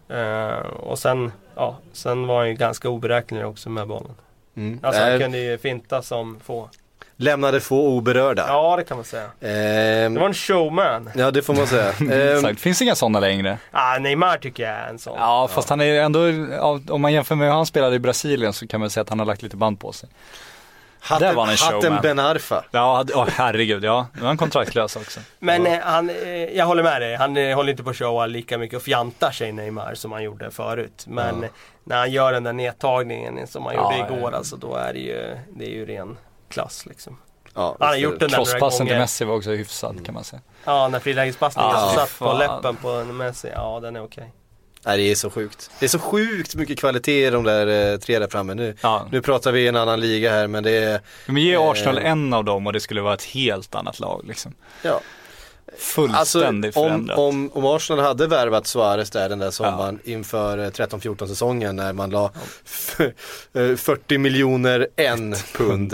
Uh, och sen, ja, sen var han ju ganska oberäknelig också med bollen. Mm. Alltså han Äh, kunde ju finta som få. lämnade få oberörda. Ja, det kan man säga. Ehm, Det var en showman. ja, det får man säga. Ehm, Exakt, det finns inga sådana längre. Ah, Neymar tycker jag är en sån. Ja, fast han är ju ändå, ja, om man jämför med hur han spelade i Brasilien så kan man säga att han har lagt lite band på sig. Hatten, Där var han en Hatten showman. Ben Arfa. Ja, oh, herregud, ja. Nu var han kontraktlös också. Men eh, han, eh, jag håller med dig, han eh, håller inte på att showa lika mycket och fjantar sig Neymar som han gjorde förut. Men Ja. när han gör den där nedtagningen som han Ja, gjorde igår, ja. alltså, då är det ju, det är ju ren klass liksom. Ja, Han har gjort den där några Crosspassen till gånger. Messi var också hyfsad kan man säga. Ja, när frilägespassningen Ja, satt fan. på läppen på Messi, ja den är okej. Nej, det är så sjukt. Det är så sjukt mycket kvalitet i de där eh, tre där framme. Nu, Ja. nu pratar vi i en annan liga här, men det är... Men ge Arsenal Eh. en av dem och det skulle vara ett helt annat lag liksom. Ja. Fullständigt om, förändrat. om, om Arsenal hade värvat Suarez där den där sommaren inför eh, tretton fjorton säsongen när man la f- eh, fyrtio miljoner en pund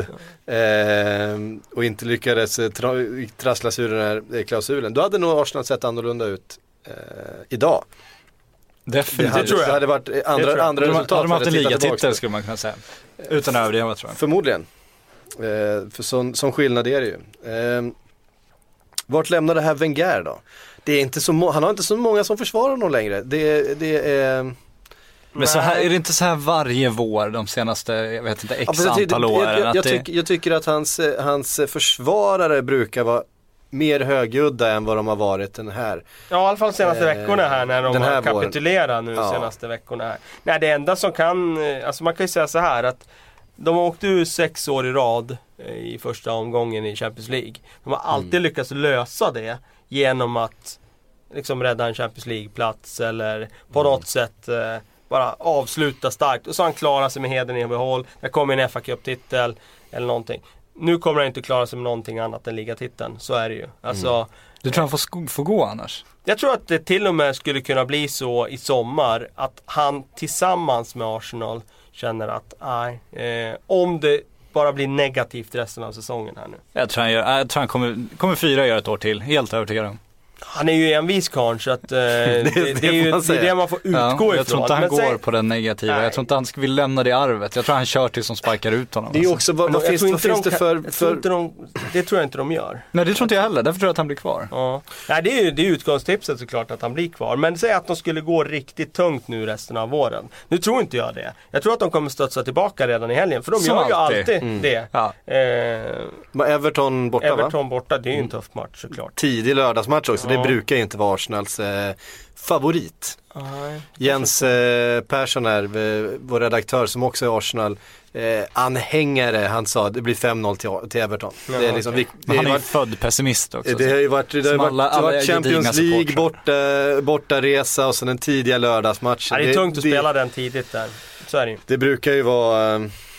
eh, och inte lyckades eh, tra- trassla sig ur den här eh, klausulen, då hade nog Arsenal sett annorlunda ut eh, idag. Det Definitivt. hade, tror jag. det hade varit eh, Det tror andra, jag. andra Hade de, resultat. hade de haft för en att titta tillbaka. ligatitel skulle man kunna säga. Utan överdriva tror jag. Förmodligen. Eh, för sån, sån skillnad är det ju. Eh, vart lämnar det här Wenger då? Det är inte så må- han har inte så många som försvarar honom längre. Det, det är... Men så här, är det inte så här varje vår de senaste, jag vet inte, x Ja, fast jag, antal jag, åren? jag, jag, att jag, det- tycker, jag tycker att hans, eh, hans försvarare brukar vara mer högljudda än vad de har varit den här. Ja, i alla fall de senaste Eh, veckorna här när de den här har våren. kapitulerat nu Ja. senaste veckorna här. Nej, det enda som kan, eh, alltså man kan ju säga så här att de har åkt ur sex år i rad eh, i första omgången i Champions League. De har alltid Mm. lyckats lösa det genom att liksom rädda en Champions League-plats eller på Mm. något sätt eh, bara avsluta starkt. Och så har han klarat sig med heden i behåll. Det kommer en F A Cup-titel eller någonting. Nu kommer han inte klara sig med någonting annat än ligatiteln. Så är det ju. Alltså, Mm. Du tror han får, sko- får gå annars? jag tror att det till och med skulle kunna bli så i sommar att han tillsammans med Arsenal känner att nej, eh, om det bara blir negativt resten av säsongen här nu. Jag tror han, gör, jag tror han kommer, kommer fyra göra ett år till, helt övertygad om. Han är ju envis karl så att eh, det, det, det är ju får man det, är säga. det man får utgå Ja, ifrån. jag tror inte han Men går säg- på den negativa, Nej. jag tror inte han vill lämna det arvet. Jag tror han kör till som sparkar ut honom. Det är ju alltså. också, vad, Men vad jag finns, tror vad inte finns de det kan- för... jag tror för inte de, det tror jag inte de gör. Nej, det tror inte jag heller, därför tror jag att han blir kvar. Ja. Nej, det är ju det är utgångstipset såklart att han blir kvar. Men säg att de skulle gå riktigt tungt nu resten av våren. Nu tror inte jag det. Jag tror att de kommer studsa tillbaka redan i helgen. För de Som gör ju alltid. alltid Mm. det. Ja. Eh, Everton borta, va? Everton borta, det är ju en tuff match såklart. Tidig lördagsmatch också, Ja. det brukar ju inte vara Arsenals eh, favorit. Nej. Jens eh, Persson här, eh, vår redaktör som också är Arsenal eh, anhängare, han sa det blir fem noll till, till Everton. Ja, det är liksom, okej. vi, det Men han är har ju varit, född pessimist också. det har ju varit, det har Som varit, alla- det har alla varit Champions gedigna League, borta, borta resa och sen den tidiga lördagsmatchen. Ja, det är tungt att det, spela den tidigt där. Så är det ju. Det brukar ju vara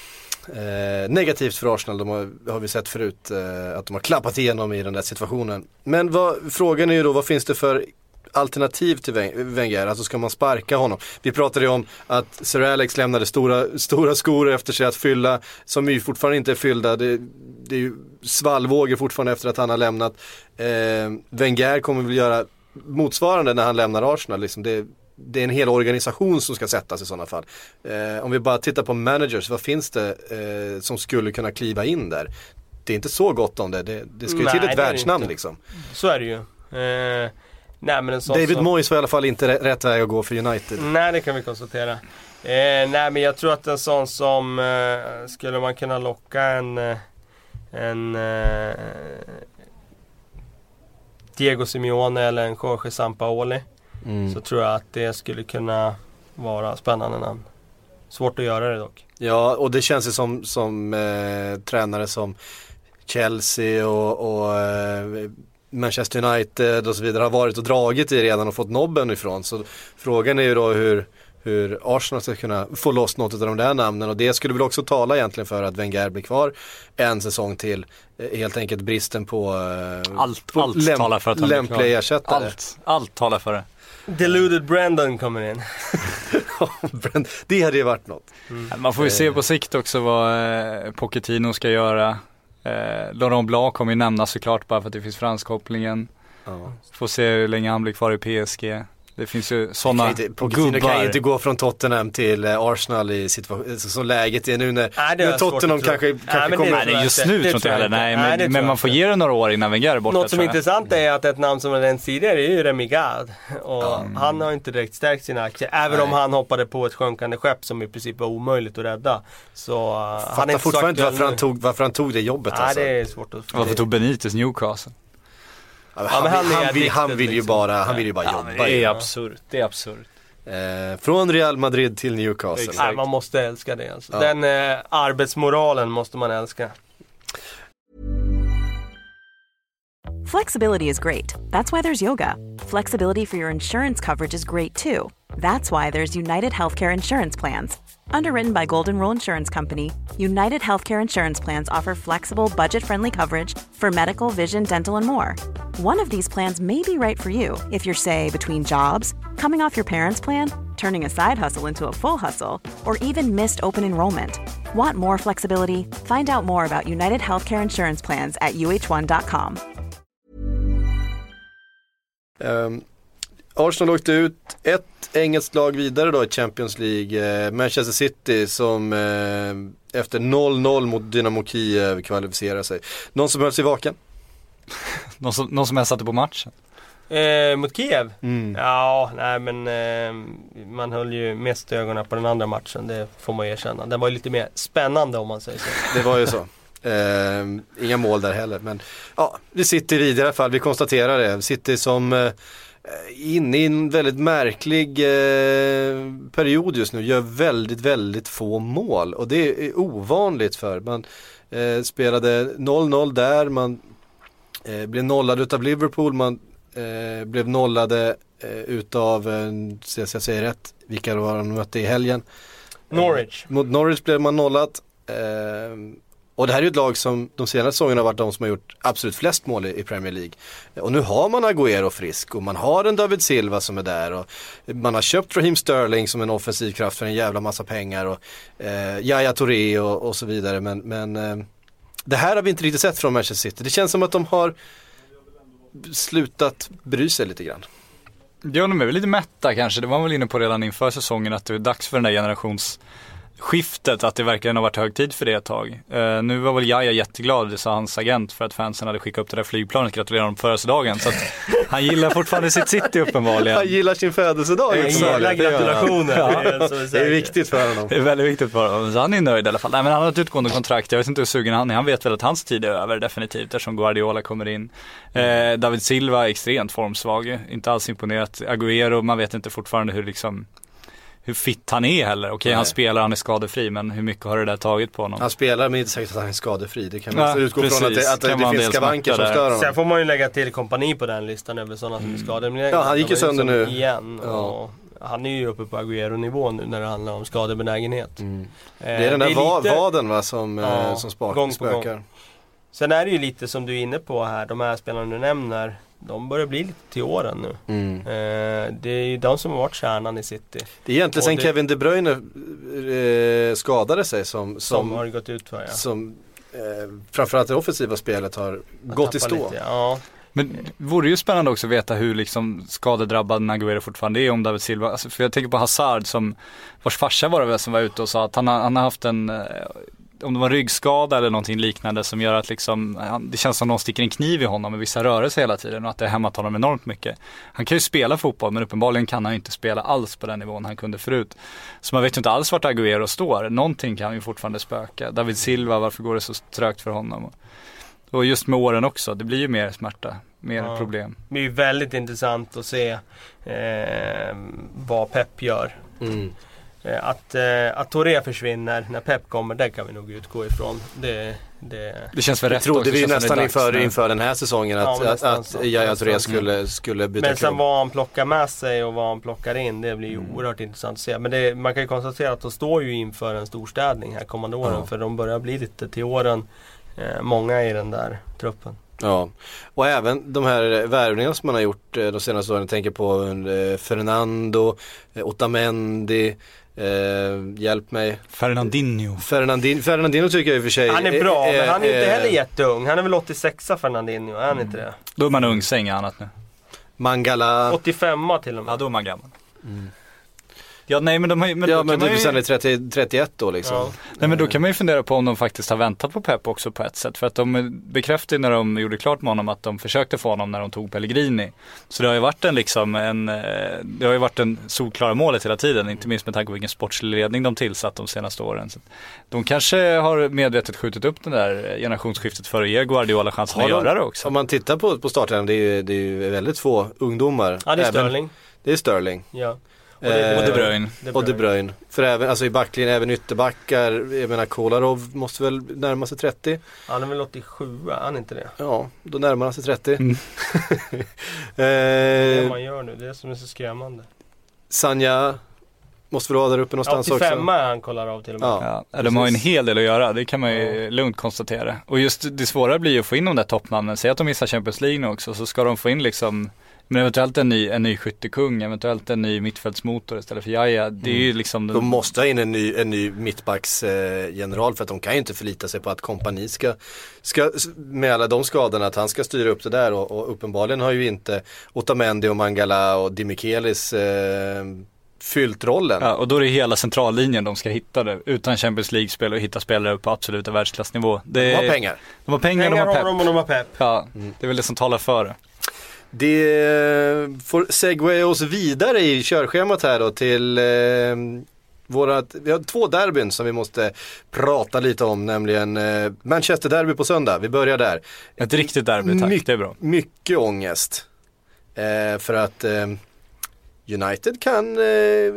eh, negativt för Arsenal, de har, har vi sett förut, eh, att de har klappat igenom i den där situationen. Men vad, frågan är ju då, vad finns det för alternativ till Wenger? Alltså ska man sparka honom? Vi pratade ju om att Sir Alex lämnade stora, stora skor efter sig att fylla, som ju fortfarande inte är fyllda. Det, det är ju svallvågor fortfarande efter att han har lämnat. Eh, Wenger kommer väl göra motsvarande när han lämnar Arsenal. Liksom det, det är en hel organisation som ska sättas i sådana fall. Eh, om vi bara tittar på managers, vad finns det eh, som skulle kunna kliva in där? Det är inte så gott om det. Det, det ska ju Nej, till det ett är det världsnamn inte. liksom. Så är det ju. Eh, nej, men en sån David som... Moyes var i alla fall inte rätt, rätt väg att gå för United. Nej, det kan vi konstatera. Eh, nej, men jag tror att en sån som eh, skulle man kunna locka en eh, en eh, Diego Simeone eller en Jorge Sampaoli, Mm. så tror jag att det skulle kunna vara spännande namn. Svårt att göra det dock. Ja, och det känns ju som, som eh, tränare som Chelsea och, och eh, Manchester United och så vidare har varit och dragit i redan och fått nobben ifrån. Så frågan är ju då hur, hur Arsenal ska kunna få loss något av de där namnen, och det skulle väl också tala egentligen för att Wenger blir kvar en säsong till. Eh, helt enkelt bristen på, eh, Allt, på allt talar för att han blir kvar. lämpliga ersättare. Allt, allt talar för det. Deluded Brandon kommer in. Det hade ju varit något. Man får ju se på sikt också vad eh, Pochettino ska göra. Eh, Laurent Blanc kommer ju nämnas såklart bara för att det finns franskkopplingen. Ja. Får se hur länge han blir kvar i P S G. Det finns ju sådana gubbar. Det kan ju inte gå från Tottenham till Arsenal i situation, som läget är nu när, nej, när Tottenham kanske, kanske nej, kommer. Nej, det är just nu tror inte heller. Nej, nej, men, men man får ge det några år innan Wenger är borta. Något som är intressant är att ett namn som är den tidigare är ju Rémi Gard. Och mm. han har inte direkt stärkt sina aktier. Även nej. om han hoppade på ett sjunkande skepp som i princip var omöjligt att rädda. Så uh, han är fortfarande inte varför han, tog, varför han tog det jobbet. Nej, alltså. det är svårt att varför tog Benitez Newcastle? Ja, han, han, han, vill, han vill ju bara, han vill ju bara ja, jobba. Det är absurt, det är absurt. Eh, från Real Madrid till Newcastle. Nej, man måste älska det alltså. Ja. Den eh, arbetsmoralen måste man älska. Flexibility is great. That's why there's yoga. Flexibility for your insurance coverage is great too. That's why there's United Healthcare Insurance Plans. Underwritten by Golden Rule Insurance Company, United Healthcare Insurance Plans offer flexible, budget-friendly coverage for medical, vision, dental, and more. One of these plans may be right for you if you're, say, between jobs, coming off your parents' plan, turning a side hustle into a full hustle, or even missed open enrollment. Want more flexibility? Find out more about United Healthcare Insurance Plans at U H one dot com. Um. Arsenal åkte ut ett engelskt lag vidare då i Champions League. Eh, Manchester City som eh, efter noll noll mot Dynamo Kiev kvalificerar sig. Någon som höll sig vaken? någon, som, någon som jag satte på matchen? Eh, mot Kiev? Mm. Ja, nej men eh, man höll ju mest ögonen på den andra matchen, det får man erkänna. Den var ju lite mer spännande om man säger så. Det var ju så. Eh, inga mål där heller. Men ja, vi sitter vidare i alla fall. Vi konstaterar det. City som... Eh, inne i en väldigt märklig eh, period just nu, gör väldigt, väldigt få mål och det är ovanligt för man eh, spelade noll noll där, man eh, blev nollad utav Liverpool, man eh, blev nollade eh, utav, eh, så jag ska säga rätt, vilka det var de mötte i helgen. Norwich. Eh, mot Norwich blev man nollad. Eh, Och det här är ju ett lag som de senaste säsongerna har varit de som har gjort absolut flest mål i Premier League. Och nu har man Agüero frisk och man har en David Silva som är där och man har köpt Raheem Sterling som en offensiv kraft för en jävla massa pengar och eh, Yaya Touré och, och så vidare. Men, men eh, det här har vi inte riktigt sett från Manchester City. Det känns som att de har slutat bry sig lite grann. Ja, de är väl lite mätta kanske. Det var man väl inne på redan inför säsongen att det är dags för den där generations... skiftet, att det verkligen har varit hög tid för det ett tag. Uh, nu var väl Jaja jätteglad, det sa hans agent, för att fansen hade skickat upp det där flygplanet, gratulerar honom på födelsedagen. Så att han gillar fortfarande sitt City uppenbarligen. Han gillar sin födelsedag. Jag gillar gratulationer. Ja. Det är viktigt för honom. Det är väldigt viktigt för honom. Så han är nöjd i alla fall. Nej, men han har ett utgående kontrakt. Jag vet inte hur sugen han är. Han vet väl att hans tid är över definitivt, eftersom Guardiola kommer in. Uh, David Silva är extremt formsvag. Inte alls imponerat. Agüero, man vet inte fortfarande hur liksom hur fit han är heller. Okej, han spelar, han är skadefri, men hur mycket har det där tagit på honom? Han spelar, men inte säkert att han är skadefri. Det kan man ja, utgå precis. från att det, att det, det finns skavanker som stör honom. Sen får man ju lägga till kompani på den listan över sådana som är skadade. Ja, han gick ju sönder nu. Igen. Ja. Och han är ju uppe på Agüero-nivå nu när det handlar om skadebenägenhet. Mm. Det är den där det är lite... vaden va, som, ja, som spak, gång spökar. Gång. Sen är det ju lite som du är inne på här, de här spelarna du nämner, de börjar bli lite till åren nu. Mm. Eh, det är ju de som har varit kärnan i City. Det är egentligen sen det... Kevin De Bruyne eh, skadade sig som, som, som har gått ut för, ja. Som eh, framförallt det offensiva spelet har gått i stå. Lite, ja. Men vore ju spännande också att veta hur liksom skadedrabbad Agüero fortfarande är om David Silva. Alltså, för jag tänker på Hazard som, vars farsa var det väl som var ute och sa att han har, han har haft en... om det var en ryggskada eller någonting liknande som gör att liksom, det känns som någon sticker en kniv i honom med vissa rörelser hela tiden och att det hämmat honom enormt mycket. Han kan ju spela fotboll, men uppenbarligen kan han inte spela alls på den nivån han kunde förut. Så man vet ju inte alls vart Agüero står. Någonting kan ju fortfarande spöka. David Silva, varför går det så trögt för honom? Och just med åren också, det blir ju mer smärta, mer ja, problem. Det är ju väldigt intressant att se eh, vad Pep gör. Mm. Att, eh, att Touré försvinner när Pep kommer, det kan vi nog utgå ifrån. Det, det, det känns väl rätt. Det trodde vi nästan inför, dags, inför den här säsongen att, ja, att, att Yaya Touré skulle, skulle byta. Men sen klubb. Vad han plockar med sig och vad han plockar in, det blir ju mm. oerhört intressant att se. Men det, man kan ju konstatera att de står ju inför en storstädning här kommande åren. Ja. För de börjar bli lite till åren, eh, många i den där truppen. Ja, och även de här värvningarna som man har gjort de senaste åren. Jag tänker på eh, Fernando, eh, Otamendi. Uh, hjälp mig. Fernandinho. Fernandinho Fernandinho tycker jag i och för sig. Han är bra, är, men han är ju inte heller jätteung. Han är väl åttiosex Fernandinho, är han mm. inte det? Då är man ung, så inget annat nu. Mangala. åttiofem till och med. Ja, då är man gammal. Mm. Ja, nej, men de har ju... Men ja, men du ju... sen är trettio, trettioett då liksom. Ja. Nej, men då kan man ju fundera på om de faktiskt har väntat på Pep också på ett sätt. För att de bekräftade när de gjorde klart med honom att de försökte få honom när de tog Pellegrini. Så det har ju varit en liksom en... Det har ju varit en solklara målet hela tiden. Inte minst med tanke på vilken sportslig ledning de tillsatt de senaste åren. Så de kanske har medvetet skjutit upp den där generationsskiftet för att ge Guardiola chansen att göra det också. Om man tittar på, på starten, det är ju det är ju väldigt få ungdomar. Ja, det är även, Sterling. Det är Sterling. Ja. Och, det, och De Bruyne. Och De Bruyne. För även, alltså i backlinjen, även ytterbackar, jag menar Kolarov måste väl närma sig trettio. Han är väl åttiosju, är han inte det? Ja, då närmar han sig trettio. Mm. Det är det man gör nu, det är det som är så skrämmande. Sanja måste väl vara där uppe någonstans också. åttiofem är han Kolarov till och med. Ja, ja, de har en hel del att göra, det kan man ju ja. lugnt konstatera. Och just det svåra blir ju att få in de där toppmannen. Säg att de missar Champions League nu också, så ska de få in liksom... Men eventuellt en ny, en ny skyttekung, eventuellt en ny mittfältsmotor istället för Jaja. Det är ju liksom... De måste ha in en ny, en ny mittbacksgeneral eh, för att de kan ju inte förlita sig på att kompani ska, ska, med alla de skadorna, att han ska styra upp det där. Och, och uppenbarligen har ju inte Otamendi och Mangala och Di Michelis eh, fyllt rollen. Ja, och då är det hela centrallinjen de ska hitta det. Utan Champions League-spel och hitta spelare på absoluta världsklassnivå. Det, de har pengar. De har pengar, pengar de har pepp. De och de har pepp. Ja, mm. Det är väl det som talar för det. Det får segwaya oss vidare i körschemat här då till eh, vårat, vi har två derbyn som vi måste prata lite om, nämligen eh, Manchester derby på söndag, vi börjar där. Ett riktigt derby, tack, My- det är bra. Mycket ångest eh, för att eh, United kan eh,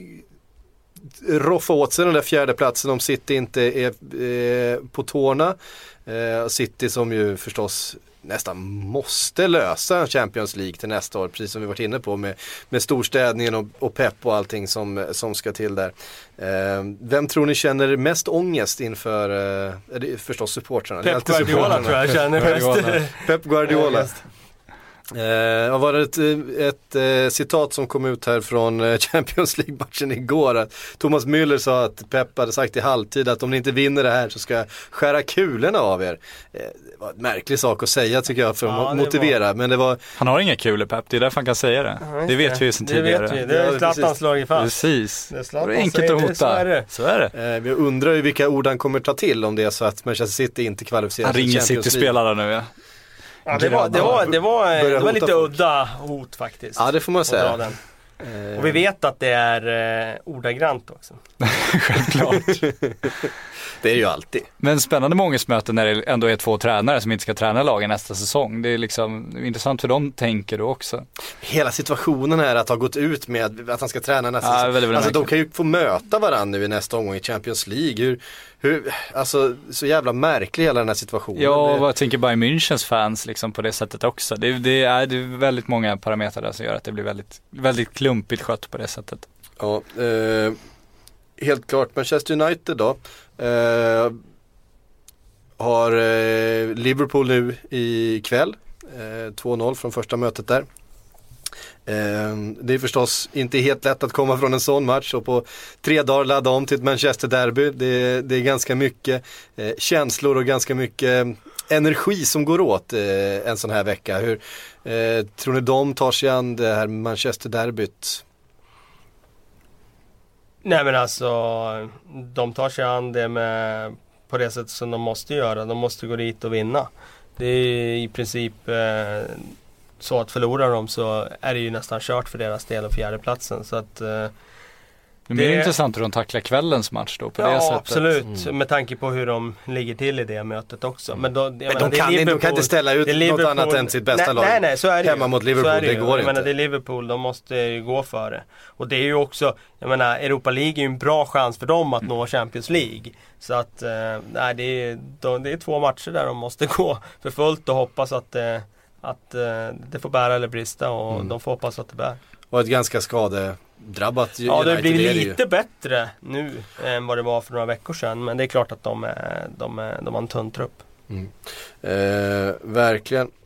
roffa åt sig den där fjärde platsen om City inte är eh, på tårna. Eh, City som ju förstås nästan måste lösa Champions League till nästa år, precis som vi varit inne på med, med storstädningen och, och pepp och allting som, som ska till där. Eh, vem tror ni känner mest ångest inför, eh, det är förstås supportrarna. Pep Guardiola tror jag känner mest. Pep Guardiola. Eh, vad var det ett, ett, ett citat som kom ut här från Champions League-matchen igår, att Thomas Müller sa att Pep hade sagt i halvtid att om ni inte vinner det här så ska jag skära kulorna av er. Eh, det var en märklig sak att säga tycker jag för att ja, motivera, var... men det var... Han har inga kulor, Pep, det är därför han kan säga det. Ja, det vet vi ju sedan tidigare. Det vet vi, det är Zlatans slagit fast. Precis, det är, det är enkelt att hota. Det, så är det. Så är det. Eh, jag undrar ju vilka ord han kommer ta till om det är så att Manchester City inte kvalificerar han ringer City-spelare nu, ja. Ja, det var, det var, det var, det var lite folk. Udda hot faktiskt. Ja, det får man säga. Eh. Och vi vet att det är eh, ordagrant också. Självklart. Det är ju alltid. Men spännande mångesmöten när det ändå är två tränare som inte ska träna lagen nästa säsong. Det är liksom intressant hur de tänker då också. Hela situationen är att ha gått ut med att han ska träna nästa ja, säsong. Väldigt, väldigt alltså de kan ju få möta varandra nu i nästa omgång i Champions League. Hur, hur, alltså så jävla märklig hela den här situationen. Ja, vad jag tänker Bayern Münchens fans liksom på det sättet också. Det, det, är, det är väldigt många parametrar där som gör att det blir väldigt, väldigt klumpigt skött på det sättet. Ja, eh, helt klart Manchester United då. Uh, har uh, Liverpool nu i kväll uh, två noll från första mötet där. Uh, det är förstås inte helt lätt att komma från en sån match och på tre dagar ladda om till ett Manchester derby. Det, det är ganska mycket uh, känslor och ganska mycket energi som går åt uh, en sån här vecka. Hur uh, tror ni de tar sig an det här Manchester derbyt? Nej men alltså, de tar sig an det med, på det sätt som de måste göra. De måste gå dit och vinna. Det är i princip eh, så att förlorar de så är det ju nästan kört för deras del av fjärdeplatsen. Så att... Eh, det blir det... intressant hur de tacklar kvällens match då på ja, det sättet. Ja, absolut. Mm. Med tanke på hur de ligger till i det mötet också. Men, då, men menar, de, kan inte, de kan inte ställa ut något annat än sitt bästa nej, lag nej, nej, så är det hemma ju. mot Liverpool. Det, det går jag inte. menar, det är Liverpool, de måste ju gå för det. Och det är ju också, jag menar, Europa League är ju en bra chans för dem att mm. nå Champions League. Så att, eh, nej, det är, de, det är två matcher där de måste gå för fullt och hoppas att, eh, att eh, det får bära eller brista och mm. de får hoppas att det bär. Och ett ganska skadedrabbat United. Ja, det blir lite bättre nu än vad det var för några veckor sedan. Men det är klart att de, är, de, är, de har en tunn trupp. Mm. Eh, verkligen.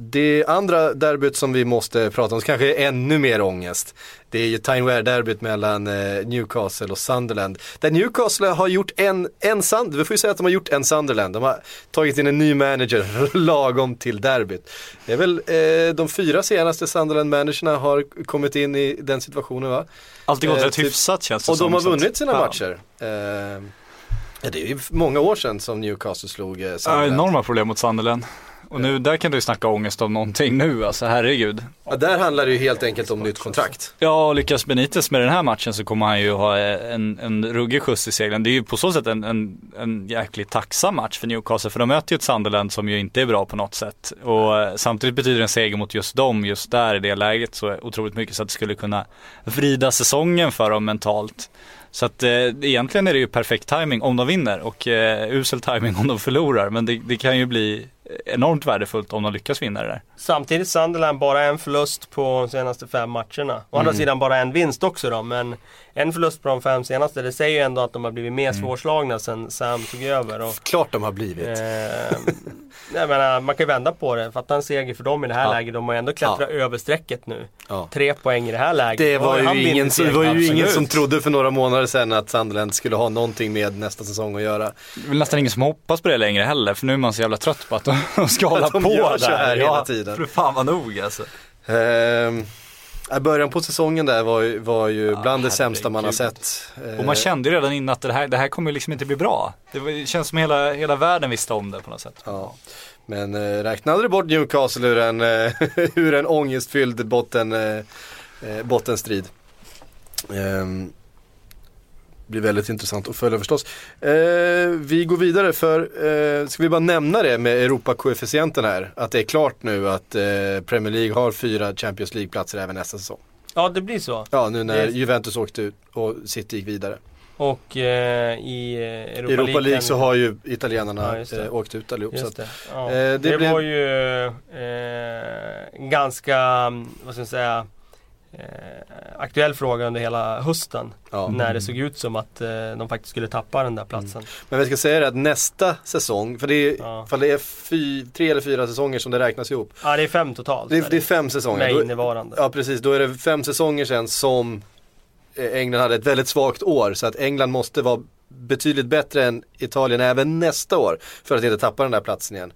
Det andra derbyt som vi måste prata om, kanske är ännu mer ångest. Det är ju Tyne-Wear-derbyt mellan eh, Newcastle och Sunderland. Där Newcastle har gjort en, en Sunderland, vi får ju säga att de har gjort en Sunderland. De har tagit in en ny manager lagom till derbyt. Det är väl eh, de fyra senaste Sunderland-managerna har kommit in i den situationen, va? Alltid gått eh, rätt hyfsat känns det och som. de har vunnit sina ja. matcher. Eh, det är ju många år sedan som Newcastle slog eh, Sunderland. Ja, enorma problem mot Sunderland. Och nu, där kan du ju snacka ångest om någonting nu, alltså herregud. Ja, där handlar det ju helt enkelt om nytt kontrakt. Ja, och lyckas Benitez med den här matchen så kommer han ju ha en, en ruggig skjuts i seglen. Det är ju på så sätt en, en, en jäkligt tacksam match för Newcastle, för de möter ju ett Sunderland som ju inte är bra på något sätt. Och samtidigt betyder en seger mot just dem, just där i det läget, så otroligt mycket så att det skulle kunna vrida säsongen för dem mentalt. Så att eh, egentligen är det ju perfekt timing om de vinner och eh, usel timing om de förlorar. Men det, det kan ju bli enormt värdefullt om de lyckas vinna det där. Samtidigt Sunderland bara en förlust på de senaste fem matcherna. Å andra mm. sidan bara en vinst också då. Men en förlust på de fem senaste, det säger ju ändå att de har blivit mer mm. svårslagna sen Sam tog över. Och, klart de har blivit. Eh, nej, men, man kan ju vända på det. Fatta en seger för dem i det här ja. läget. De har ändå klättrat ja. över strecket nu. Ja. Tre poäng i det här läget. Det var ju ingen, det var ju ingen som trodde för några månader sedan att Sunderland skulle ha någonting med nästa säsong att göra. Det är väl nästan ingen som hoppas på det längre heller. För nu är man så jävla trött på att de ska hålla att de på gör så här där. hela Ja, tiden. för fan vad nog alltså. Ehm, början på säsongen där var ju, var ju ja, bland det sämsta man har sett. Och man kände ju redan innan att det här, det här kommer liksom inte bli bra. Det, var, det känns som hela, hela världen visste om det på något sätt. Ja. Men eh, räknade du bort Newcastle ur en, eh, ur en ångestfylld botten, eh, bottenstrid. Ehm, blir väldigt intressant att följa förstås. Eh, vi går vidare för, eh, ska vi bara nämna det med Europa-koefficienten här, att det är klart nu att eh, Premier League har fyra Champions League-platser även nästa säsong. Ja, det blir så. Ja, nu när det... Juventus åkte ut och City gick vidare. Och eh, i Europa, Europa League, League så har ju italienarna ja, eh, åkt ut allihop. Så att, det ja. eh, det, det blev... var ju eh, ganska, vad ska jag säga, Eh, aktuell fråga under hela hösten ja. när det såg ut som att eh, de faktiskt skulle tappa den där platsen. Mm. Men vi ska säga det att nästa säsong, för det är, ja. för det är fy, tre eller fyra säsonger som det räknas ihop. Ja, det är fem totalt. Det är, det är fem säsonger. Med innevarande. Ja, precis. Då är det fem säsonger sedan som England hade ett väldigt svagt år, så att England måste vara betydligt bättre än Italien även nästa år för att inte tappa den där platsen igen.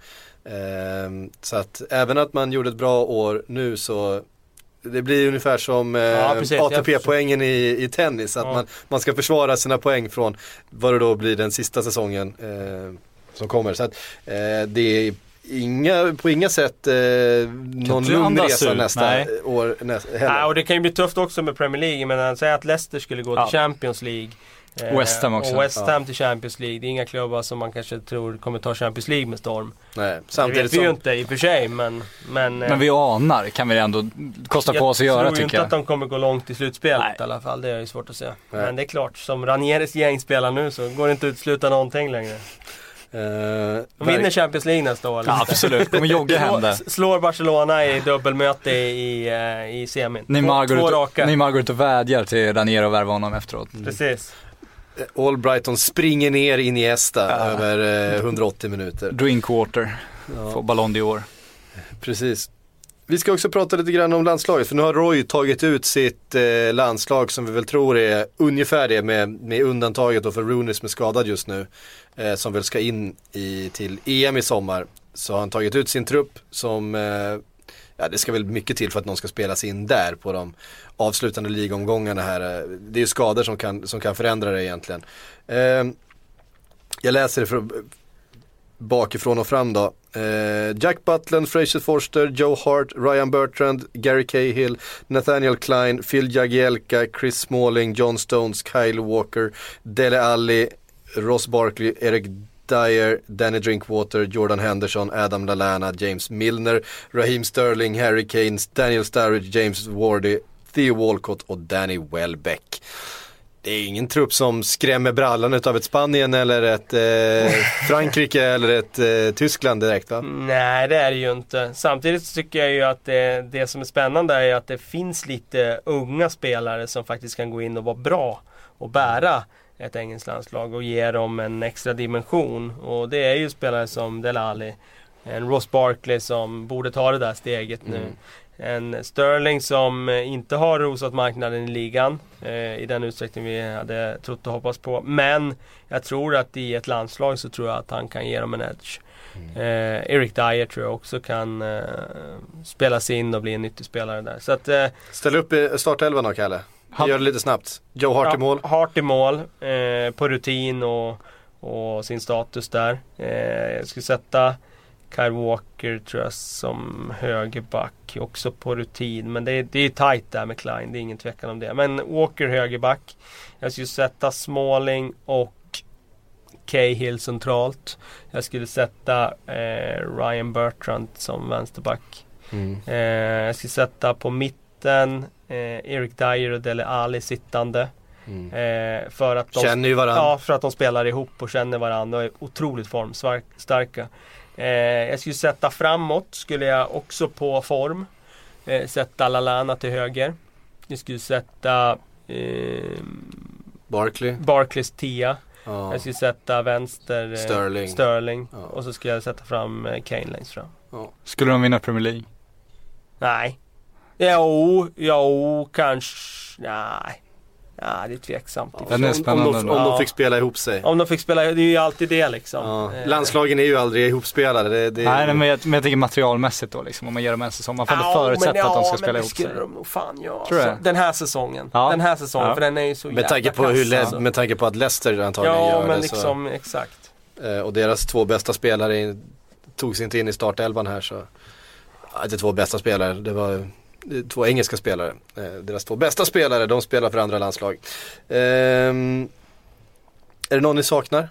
Eh, så att även att man gjorde ett bra år nu, så det blir ungefär som eh, ja, A T P-poängen i, i tennis. Att ja. man, man ska försvara sina poäng från vad det då blir den sista säsongen eh, som kommer. Så att eh, det är inga, på inga sätt eh, någon lugn resa ut. nästa Nej. år nästa, Nej, och det kan ju bli tufft också med Premier League. Men säg att Leicester skulle gå ja. till Champions League. Eh, West Ham också. Och West Ham ja. till Champions League. Det är inga klubbar som man kanske tror kommer ta Champions League med storm. Nej, samtidigt det vet vi som... ju inte i och för sig, men men, men vi anar, kan vi ändå kosta på oss att göra, tycker jag. Jag tror inte att de kommer gå långt i slutspelet. Nej. I alla fall, det är ju svårt att se. Nej. Men det är klart, som Ranieris gäng spelar nu så går det inte att utsluta någonting längre. Uh, de vinner Champions League nästa år. Ja, absolut, kommer jogga hem det. Slår Barcelona i dubbelmöte i, i, i semin. Ni Margaret och vädjar till Ranier och värva honom efteråt. Mm. Precis. Albrighton springer ner in i Esta ja. över eh, hundraåttio minuter. Drinkwater, ja. Får Ballon d'Or. Precis. Vi ska också prata lite grann om landslaget, för nu har Roy tagit ut sitt eh, landslag som vi väl tror är ungefär det, med, med undantaget då för Rooney som är skadad just nu, eh, som väl ska in i, till E M i sommar. Så har han tagit ut sin trupp som, eh, ja, det ska väl mycket till för att någon ska spelas in där på de avslutande ligomgångarna här. Det är ju skador som kan, som kan förändra det egentligen. Eh, jag läser det från bakifrån och fram då. Eh, Jack Butland, Fraser Forster, Joe Hart, Ryan Bertrand, Gary Cahill, Nathaniel Klein, Phil Jagielka, Chris Smalling, John Stones, Kyle Walker, Dele Alli, Ross Barkley, Eric Dyer, Danny Drinkwater, Jordan Henderson, Adam Lallana, James Milner, Raheem Sterling, Harry Kane, Daniel Sturridge, James Wardy, Theo Walcott och Danny Welbeck. Det är ingen trupp som skrämmer brallan utav ett Spanien eller ett eh, Frankrike eller ett eh, Tyskland direkt, va? Nej, det är det ju inte. Samtidigt tycker jag ju att det, det som är spännande är att det finns lite unga spelare som faktiskt kan gå in och vara bra och bära ett engelskt landslag och ge dem en extra dimension. Och det är ju spelare som Dele Alli En Ross Barkley som borde ta det där steget nu. Mm. En Sterling som inte har rosat marknaden i ligan eh, i den utsträckning vi hade trott och hoppats på. Men jag tror att i ett landslag så tror jag att han kan ge dem en edge. Mm. Eh, Eric Dyer tror jag också kan eh, spelas in och bli en nyttig spelare där. Så att, eh, Ställ upp i startelvan då, Kalle. Han gör det lite snabbt. Joe Hart i mål. Ja, Hart i mål eh, på rutin och, och sin status där. Eh, jag skulle sätta Kyle Walker tror jag som högerback också på rutin. Men det är, det är tight där med Klein, det är ingen tvekan om det. Men Walker högerback. Jag skulle sätta Smalling och Cahill centralt. Jag skulle sätta eh, Ryan Bertrand som vänsterback. Mm. Eh, jag skulle sätta på mitten eh, Eric Dyer och Dele Alli sittande. Mm. Eh, för att de känner ju varandra. Ja, för att de spelar ihop och känner varandra och är otroligt formstarka. Eh, jag skulle sätta framåt, skulle jag också på form eh, sätta Lallana till höger. Jag skulle sätta eh, Barkley Barclays tia. Ja. Jag skulle sätta vänster eh, Sterling, Sterling. Ja. Och så ska jag sätta fram eh, Kane längst fram. Ja. Skulle de vinna Premier League? Nej. Jo, jo, kanske. Nej. Ja, det är tveksamt. Ja, det är spännande. Om, om, de, om de fick spela ihop sig. Om de fick spela, det är ju alltid det liksom. Ja. Landslagen är ju aldrig ihopspelade. Det, det nej, är... men jag, men jag tänker materialmässigt då liksom, om man gör dem en säsong. Man får ja, förutsätta ja, att de ska spela ihop sig. Ja, men det skulle de nog fan göra. Tror så, den här säsongen. Ja. Den här säsongen, ja. för den är ju så med tanke på hur le- alltså. Med tanke på att Leicester antagligen ja, gör men det. liksom, så, exakt. eh, och deras två bästa spelare togs inte in i startelvan här så. Inte två bästa spelare, det var två engelska spelare. Eh, deras två bästa spelare, de spelar för andra landslag. Eh, är det någon ni saknar?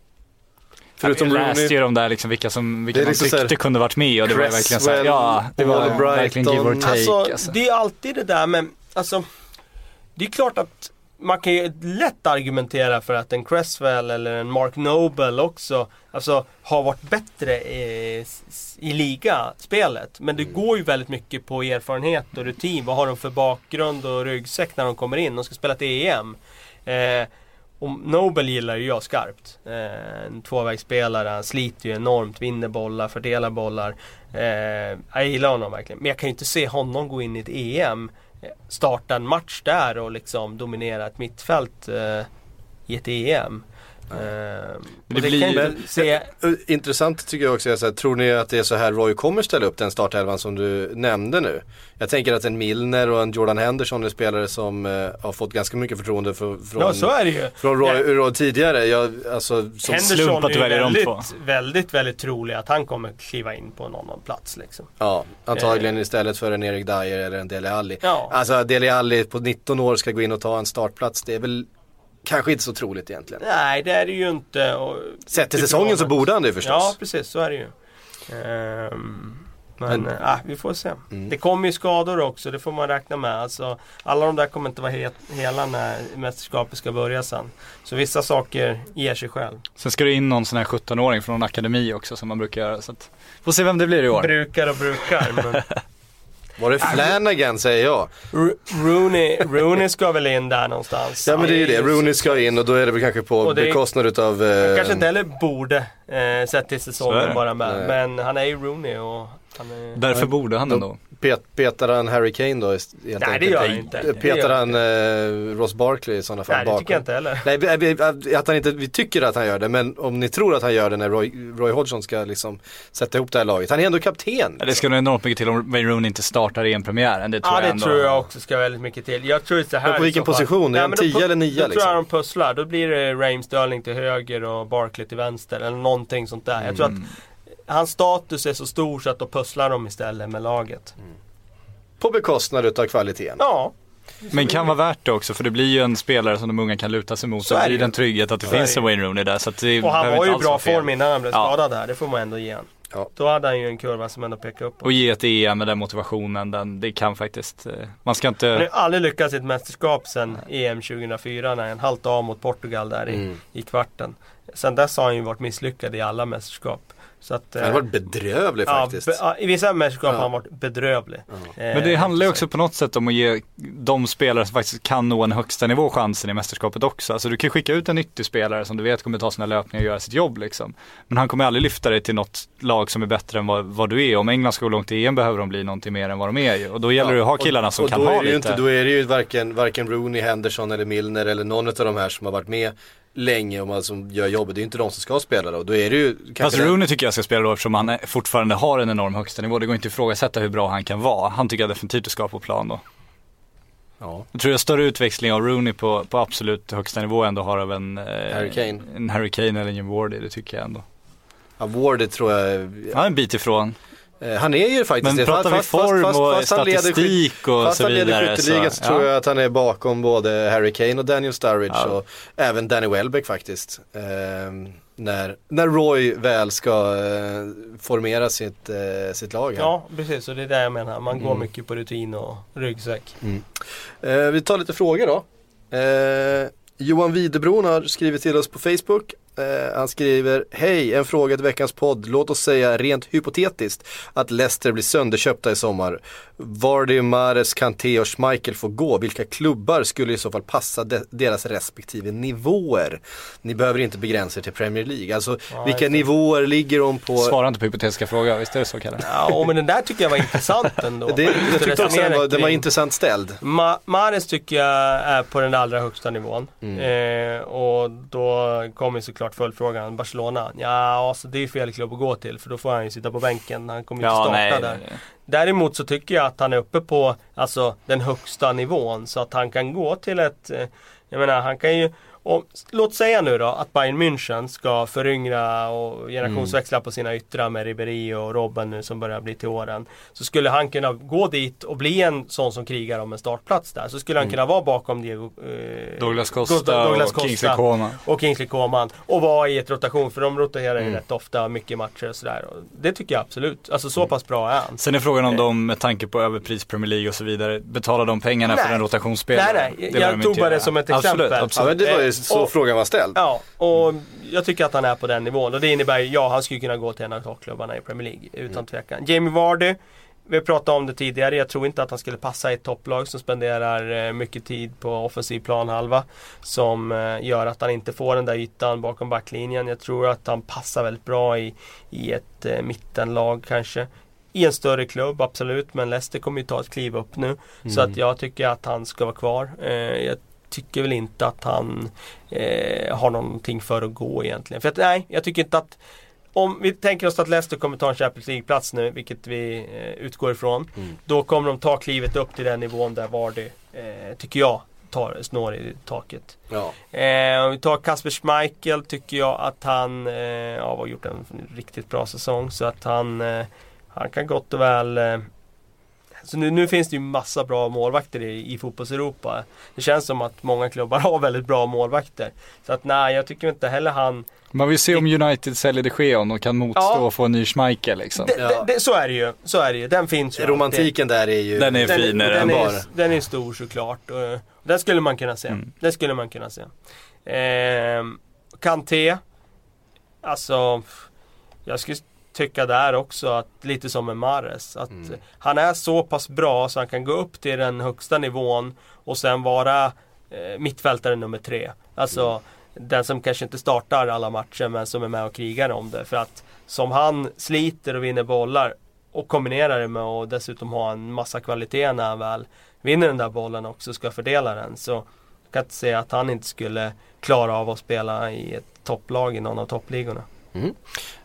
Förutom jag läste ju de där liksom, vilka som vilka man liksom tyckte såhär, kunde varit med och det var verkligen så här, ja, det var Brighton, verkligen give or take. Alltså, alltså. det är alltid det där med, alltså, det är klart att man kan ju lätt argumentera för att en Cresswell eller en Mark Noble också alltså, har varit bättre i, i ligaspelet. Men det går ju väldigt mycket på erfarenhet och rutin. Vad har de för bakgrund och ryggsäck när de kommer in? De ska spela till E M. Eh, och Noble gillar ju jag skarpt. Eh, en tvåvägsspelare, han sliter ju enormt, vinner bollar, fördelar bollar. Eh, jag gillar honom verkligen. Men jag kan ju inte se honom gå in i ett E M, starta en match där och liksom dominera ett mittfält eh, i ett E M. Uh, det det blir men, se... intressant tycker jag också är så här, tror ni att det är så här Roy kommer ställa upp den startelvan som du nämnde nu? Jag tänker att en Milner och en Jordan Henderson är spelare som uh, har fått ganska mycket förtroende för, från, ja, så är det ju. från Roy, ja. Roy tidigare. Jag, alltså, som Henderson är väldigt, väldigt, väldigt trolig att han kommer kliva in på en annan plats liksom. Ja, antagligen uh, istället för en Eric Dyer eller en Dele Alli. Ja. Alltså Dele Alli på nitton år ska gå in och ta en startplats, det är väl kanske inte så troligt egentligen. Nej, det är det ju inte. Och sett till säsongen så borde han det förstås. Ja, precis, så är det ju. Um, men men äh, vi får se. Mm. Det kommer ju skador också, det får man räkna med. Alltså, alla de där kommer inte vara he- hela när mästerskapet ska börja sen. Så vissa saker ger sig själv. Sen ska det in någon sån här sjutton-åring från en akademi också som man brukar göra. Så att, får se vem det blir i år. Brukar och brukar, men... Var det Flanagan säger jag? R- Rooney, Rooney ska väl in där någonstans. Ja men det är ju det, Rooney ska in och då är det väl kanske på det, bekostnad utav eh, kanske inte heller borde eh, sett till säsongen bara med. Nej. Men han är ju Rooney och han är... Därför han, borde han ändå. Pet, petar han Harry Kane då? Nej det gör han inte. Petar han eh, Ross Barkley i sådana fall? Nej det tycker jag inte heller. Nej, att han inte, vi tycker att han gör det, men om ni tror att han gör det när Roy, Roy Hodgson ska liksom sätta ihop det här laget. Han är ändå kapten. Ja, det ska nog enormt mycket till om Wayne Rooney inte startar i en premiären. Det tror ja jag det ändå. tror jag också ska väldigt mycket till. Jag tror det här. Men på vilken position? Är han tio eller nio liksom? Då tror jag liksom? de pusslar. Då blir det Raheem Sterling till höger och Barkley till vänster. Eller någonting sånt där. Mm. Jag tror att hans status är så stor så att då pusslar de istället med laget. Mm. På bekostnad utav kvaliteten. Ja. Men kan vara värt det också, för det blir ju en spelare som de unga kan luta sig mot. Så, så blir det en trygghet att det så finns en Wayne Rooney där. Så att det och han var ju bra form innan han blev ja. skadad där, det får man ändå ge han. Ja. Då hade han ju en kurva som ändå pekade upp. Och ge ett E M med den motivationen, den, det kan faktiskt, man ska inte... Han har aldrig lyckats i ett mästerskap sen E M tjugohundrafyra när han haltade av mot Portugal där i, mm. i kvarten. Sen dess har han ju varit misslyckad i alla mästerskap. Så att, han har varit bedrövlig ja, faktiskt. Be, ja, i vissa mästerskap ja. har han varit bedrövlig. Ja. Eh, Men det handlar ju också på något sätt om att ge de spelare som faktiskt kan nå en högsta nivå chansen i mästerskapet också. Alltså du kan skicka ut en nyttig spelare som du vet kommer ta sina löpningar och göra sitt jobb liksom. Men han kommer aldrig lyfta dig till något lag som är bättre än vad, vad du är. Om England ska gå långt i E M behöver de bli någonting mer än vad de är ju. Och då gäller ja, det att ha killarna som och kan då ha är det ju lite. Inte, då är det ju varken, varken Rooney, Henderson eller Milner eller någon av de här som har varit med länge och man som gör jobbet. Det är ju inte de som ska spela då. Då är det ju Fast Rooney tycker jag ska spela då eftersom han fortfarande har en enorm högsta nivå. Det går inte att ifrågasätta hur bra han kan vara. Han tycker jag definitivt ska på plan då. Ja. Jag tror jag större utväxling av Rooney på, på absolut högsta nivå ändå har av en, eh, Harry Kane. en Harry Kane eller en Jim Wardy, det tycker jag ändå. Ja, Wardy tror jag... Ja, en bit ifrån. Han är ju faktiskt men det. Pratar fast, vi form fast, fast, och fast statistik och fast så vidare. Fast han leder skytteligan så, så tror jag att han är bakom både Harry Kane och Daniel Sturridge ja. och även Danny Welbeck faktiskt. Ehm, när, när Roy väl ska eh, formera sitt, eh, sitt lag här. Ja, precis. Och det är det jag menar. Man går mm. mycket på rutin och ryggsäck. Mm. Eh, vi tar lite frågor då. Eh, Johan Widebron har skrivit till oss på Facebook. Uh, han skriver: hej, en fråga till veckans podd. Låt oss säga rent hypotetiskt att Leicester blir sönderköpta i sommar. Vardy, Mahrez, Kanté och Schmeichel får gå. Vilka klubbar skulle i så fall passa de- deras respektive nivåer? Ni behöver inte begränsa er till Premier League. Alltså, ja, vilka nivåer ligger de på? Svara inte på hypotetiska frågor, visst är det så, Kalle? Ja, men den där tycker jag var intressant ändå. det, jag tyckte också den var, den var intressant ställd. Ma- Mahrez tycker jag är på den allra högsta nivån. Mm. Eh, och då kommer såklart följdfrågan, Barcelona. Ja, alltså det är fel klubb att gå till, för då får han ju sitta på bänken. Han kommer ju ja, inte starta nej, där. Nej, nej. Däremot så tycker jag att han är uppe på alltså, den högsta nivån, så att han kan gå till ett, jag menar, han kan ju, och, låt säga nu då att Bayern München ska föryngra och generationsväxla mm. på sina yttrar med Ribéry och Robben nu som börjar bli till åren. Så skulle han kunna gå dit och bli en sån som krigar om en startplats där. Så skulle han mm. kunna vara bakom Diego, eh, Douglas Costa, Douglas Costa och Kingsley Coman. Och Kingsley Coman. Och vara i ett rotation, för de roterar ju mm. rätt ofta, mycket matcher och sådär. Och det tycker jag absolut. Alltså så pass bra är han. Sen är frågan om de med tanke på överpris Premier League och så vidare betalar de pengarna nej. för en rotationsspelare. Nej, nej. Jag tog bara det som ett exempel. Absolut, absolut. Ja, men det var ju så och, frågan var ställd. Ja, och jag tycker att han är på den nivån. Och det innebär ju, ja, han skulle kunna gå till en av toppklubbarna i Premier League, utan mm. tvekan. Jamie Vardy, vi pratade om det tidigare. Jag tror inte att han skulle passa i ett topplag som spenderar eh, mycket tid på offensiv planhalva, som eh, gör att han inte får den där ytan bakom backlinjen. Jag tror att han passar väldigt bra i, i ett eh, mittenlag kanske. I en större klubb, absolut. Men Leicester kommer ju ta ett kliv upp nu. Mm. Så att jag tycker att han ska vara kvar. Eh, jag tycker väl inte att han eh, har någonting för att gå egentligen. För att, nej, jag tycker inte att, om vi tänker oss att Leicester kommer ta en Champions League-plats nu, vilket vi eh, utgår ifrån, mm. då kommer de ta klivet upp till den nivån där Vardy, eh, tycker jag, tar snår i taket. Ja. Eh, om vi tar Kasper Schmeichel, tycker jag att han eh, ja, har gjort en riktigt bra säsong, så att han, eh, han kan gott och väl eh, så nu, nu finns det ju massa bra målvakter i, i fotbolls-Europa. Det känns som att många klubbar har väldigt bra målvakter. Så att nej, jag tycker inte heller han... Man vill se om United säljer De Gea och kan motstå ja. och få en ny Schmeichel liksom. Det, det, det, så är det ju, så är det ju. Den finns ju. Romantiken det, där är ju... Den är den, finare den, än är, bara. Den är stor såklart. Och, den skulle man kunna se. Mm. Den skulle man kunna se. Eh, Kanté. Alltså, jag skulle tycka där också att lite som med Mahrez, att mm. han är så pass bra så han kan gå upp till den högsta nivån och sen vara eh, mittfältare nummer tre. Alltså mm. den som kanske inte startar alla matcher men som är med och krigar om det, för att som han sliter och vinner bollar och kombinerar det med och dessutom ha en massa kvalitet när han väl vinner den där bollen och också ska fördela den, så jag kan inte säga att han inte skulle klara av att spela i ett topplag i någon av toppligorna. Mm.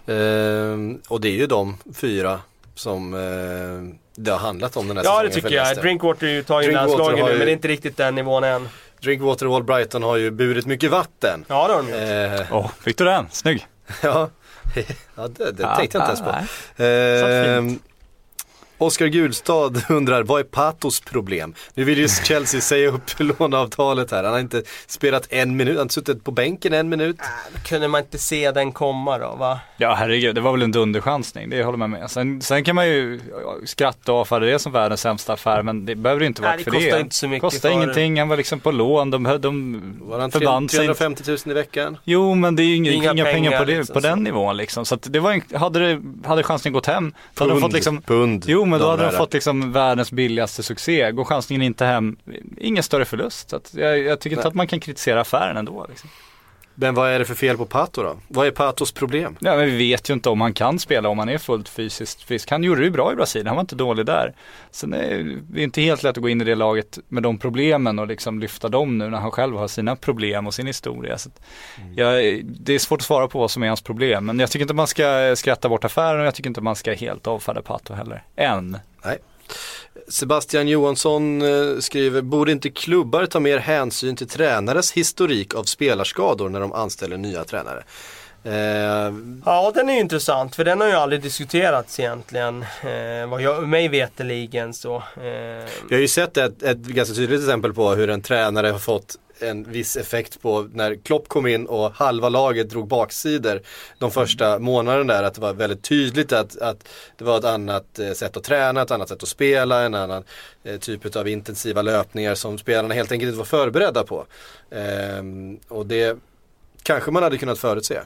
Uh, och det är ju de fyra som uh, det har handlat om den här säsongen. Ja, det tycker jag. Drinkwater tar ju landslaget nu, men det är inte riktigt den nivån än. Drinkwater och Brighton har ju burit mycket vatten. Ja, det har de gjort. Uh, oh, fick du den? Snygg. ja, ja, det, det ja, tänkte jag inte ens på. Uh, Oskar Gulstad undrar, vad är Patos problem? Nu vill ju Chelsea säga upp låneavtalet här. Han har inte spelat en minut, han har suttit på bänken en minut. Äh, kunde man inte se den komma då, va? Ja, herregud, det var väl en dunderchansning, det håller man med. Sen, sen kan man ju skratta och avfärda det som världens sämsta affär, men det behöver inte vara Nej, för det. det. Kostar inte så mycket. Kostar för... ingenting, han var liksom på lån, de, de Var han förband sig. trehundrafemtio tusen i veckan? Jo, men det är ju inga, inga, inga pengar, pengar på, det, liksom, på den så. nivån liksom. Så att det var en, hade, det, hade chansen gått hem, då Pund, hade de fått liksom, pund. Jo, men då de hade där. de fått liksom världens billigaste succé. Går chansningen inte hem, ingen större förlust. Så att jag, jag tycker inte Nej. att man kan kritisera affären ändå liksom. Men vad är det för fel på Pato då? Vad är Patos problem? Ja, men vi vet ju inte om han kan spela, om han är fullt fysiskt frisk. Han gjorde det ju bra i Brasilien, han var inte dålig där. Sen är det inte helt lätt att gå in i det laget med de problemen och liksom lyfta dem nu när han själv har sina problem och sin historia. Så att, ja, det är svårt att svara på vad som är hans problem, men jag tycker inte man ska skratta bort affären och jag tycker inte man ska helt avfärda Pato heller. Än. Nej. Sebastian Johansson eh, skriver, borde inte klubbar ta mer hänsyn till tränares historik av spelarskador när de anställer nya tränare? Eh, Ja, den är ju intressant, för den har ju aldrig diskuterats egentligen, eh, vad jag, mig veteligen så. Eh, Vi har ju sett ett, ett ganska tydligt exempel på hur en tränare har fått en viss effekt på när Klopp kom in och halva laget drog baksidor de första månaderna där, att det var väldigt tydligt att, att det var ett annat eh, sätt att träna, ett annat sätt att spela, en annan eh, typ av intensiva löpningar som spelarna helt enkelt inte var förberedda på. Ehm, och det kanske man hade kunnat förutse.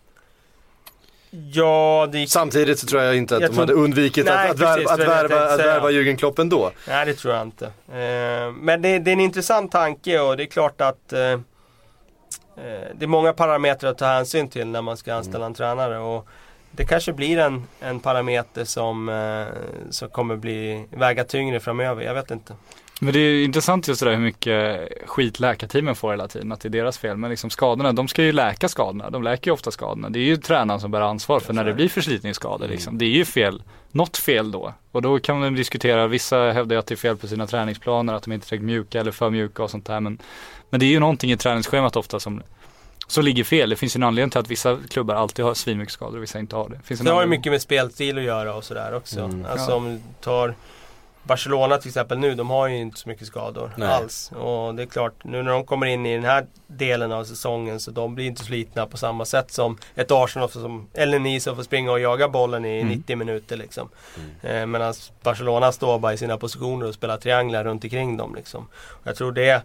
ja, det Samtidigt så tror jag inte att Jag de tror- hade undvikit Nej, att, att, precis, värva, att, det var det jag värva, tänkte att säga. värva Jürgen Klopp ändå. Nej, det tror jag inte. Eh, men det, det är en intressant tanke och det är klart att eh, eh, det är många parametrar att ta hänsyn till när man ska anställa en tränare. Och det kanske blir en, en parameter som, eh, som kommer bli väga tyngre framöver, jag vet inte. Men det är intressant just det där hur mycket skit läkarteamen får hela tiden, att det är deras fel. Men liksom skadorna, de ska ju läka skadorna, de läker ju ofta skadorna. Det är ju tränaren som bär ansvar för när det blir förslitningsskador liksom. Det är ju fel, något fel då. Och då kan man diskutera, vissa hävdar att det är fel på sina träningsplaner, att de inte är tillräckligt mjuka eller för mjuka och sånt där. Men, men det är ju någonting i träningsschemat ofta som så ligger fel. Det finns ju en anledning till att vissa klubbar alltid har svinmycket skador och vissa inte har det. Finns en Det har ju anledning. mycket med spelstil att göra och sådär också. Mm. Alltså Ja. om du tar Barcelona till exempel nu, de har ju inte så mycket skador Nej. alls. Och det är klart, nu när de kommer in i den här delen av säsongen så de blir inte slitna på samma sätt som ett Arsenal som, eller ni som får springa och jaga bollen i Mm. nittio minuter liksom. Mm. Eh, medan Barcelona står bara i sina positioner och spelar trianglar runt omkring dem liksom. Och jag tror det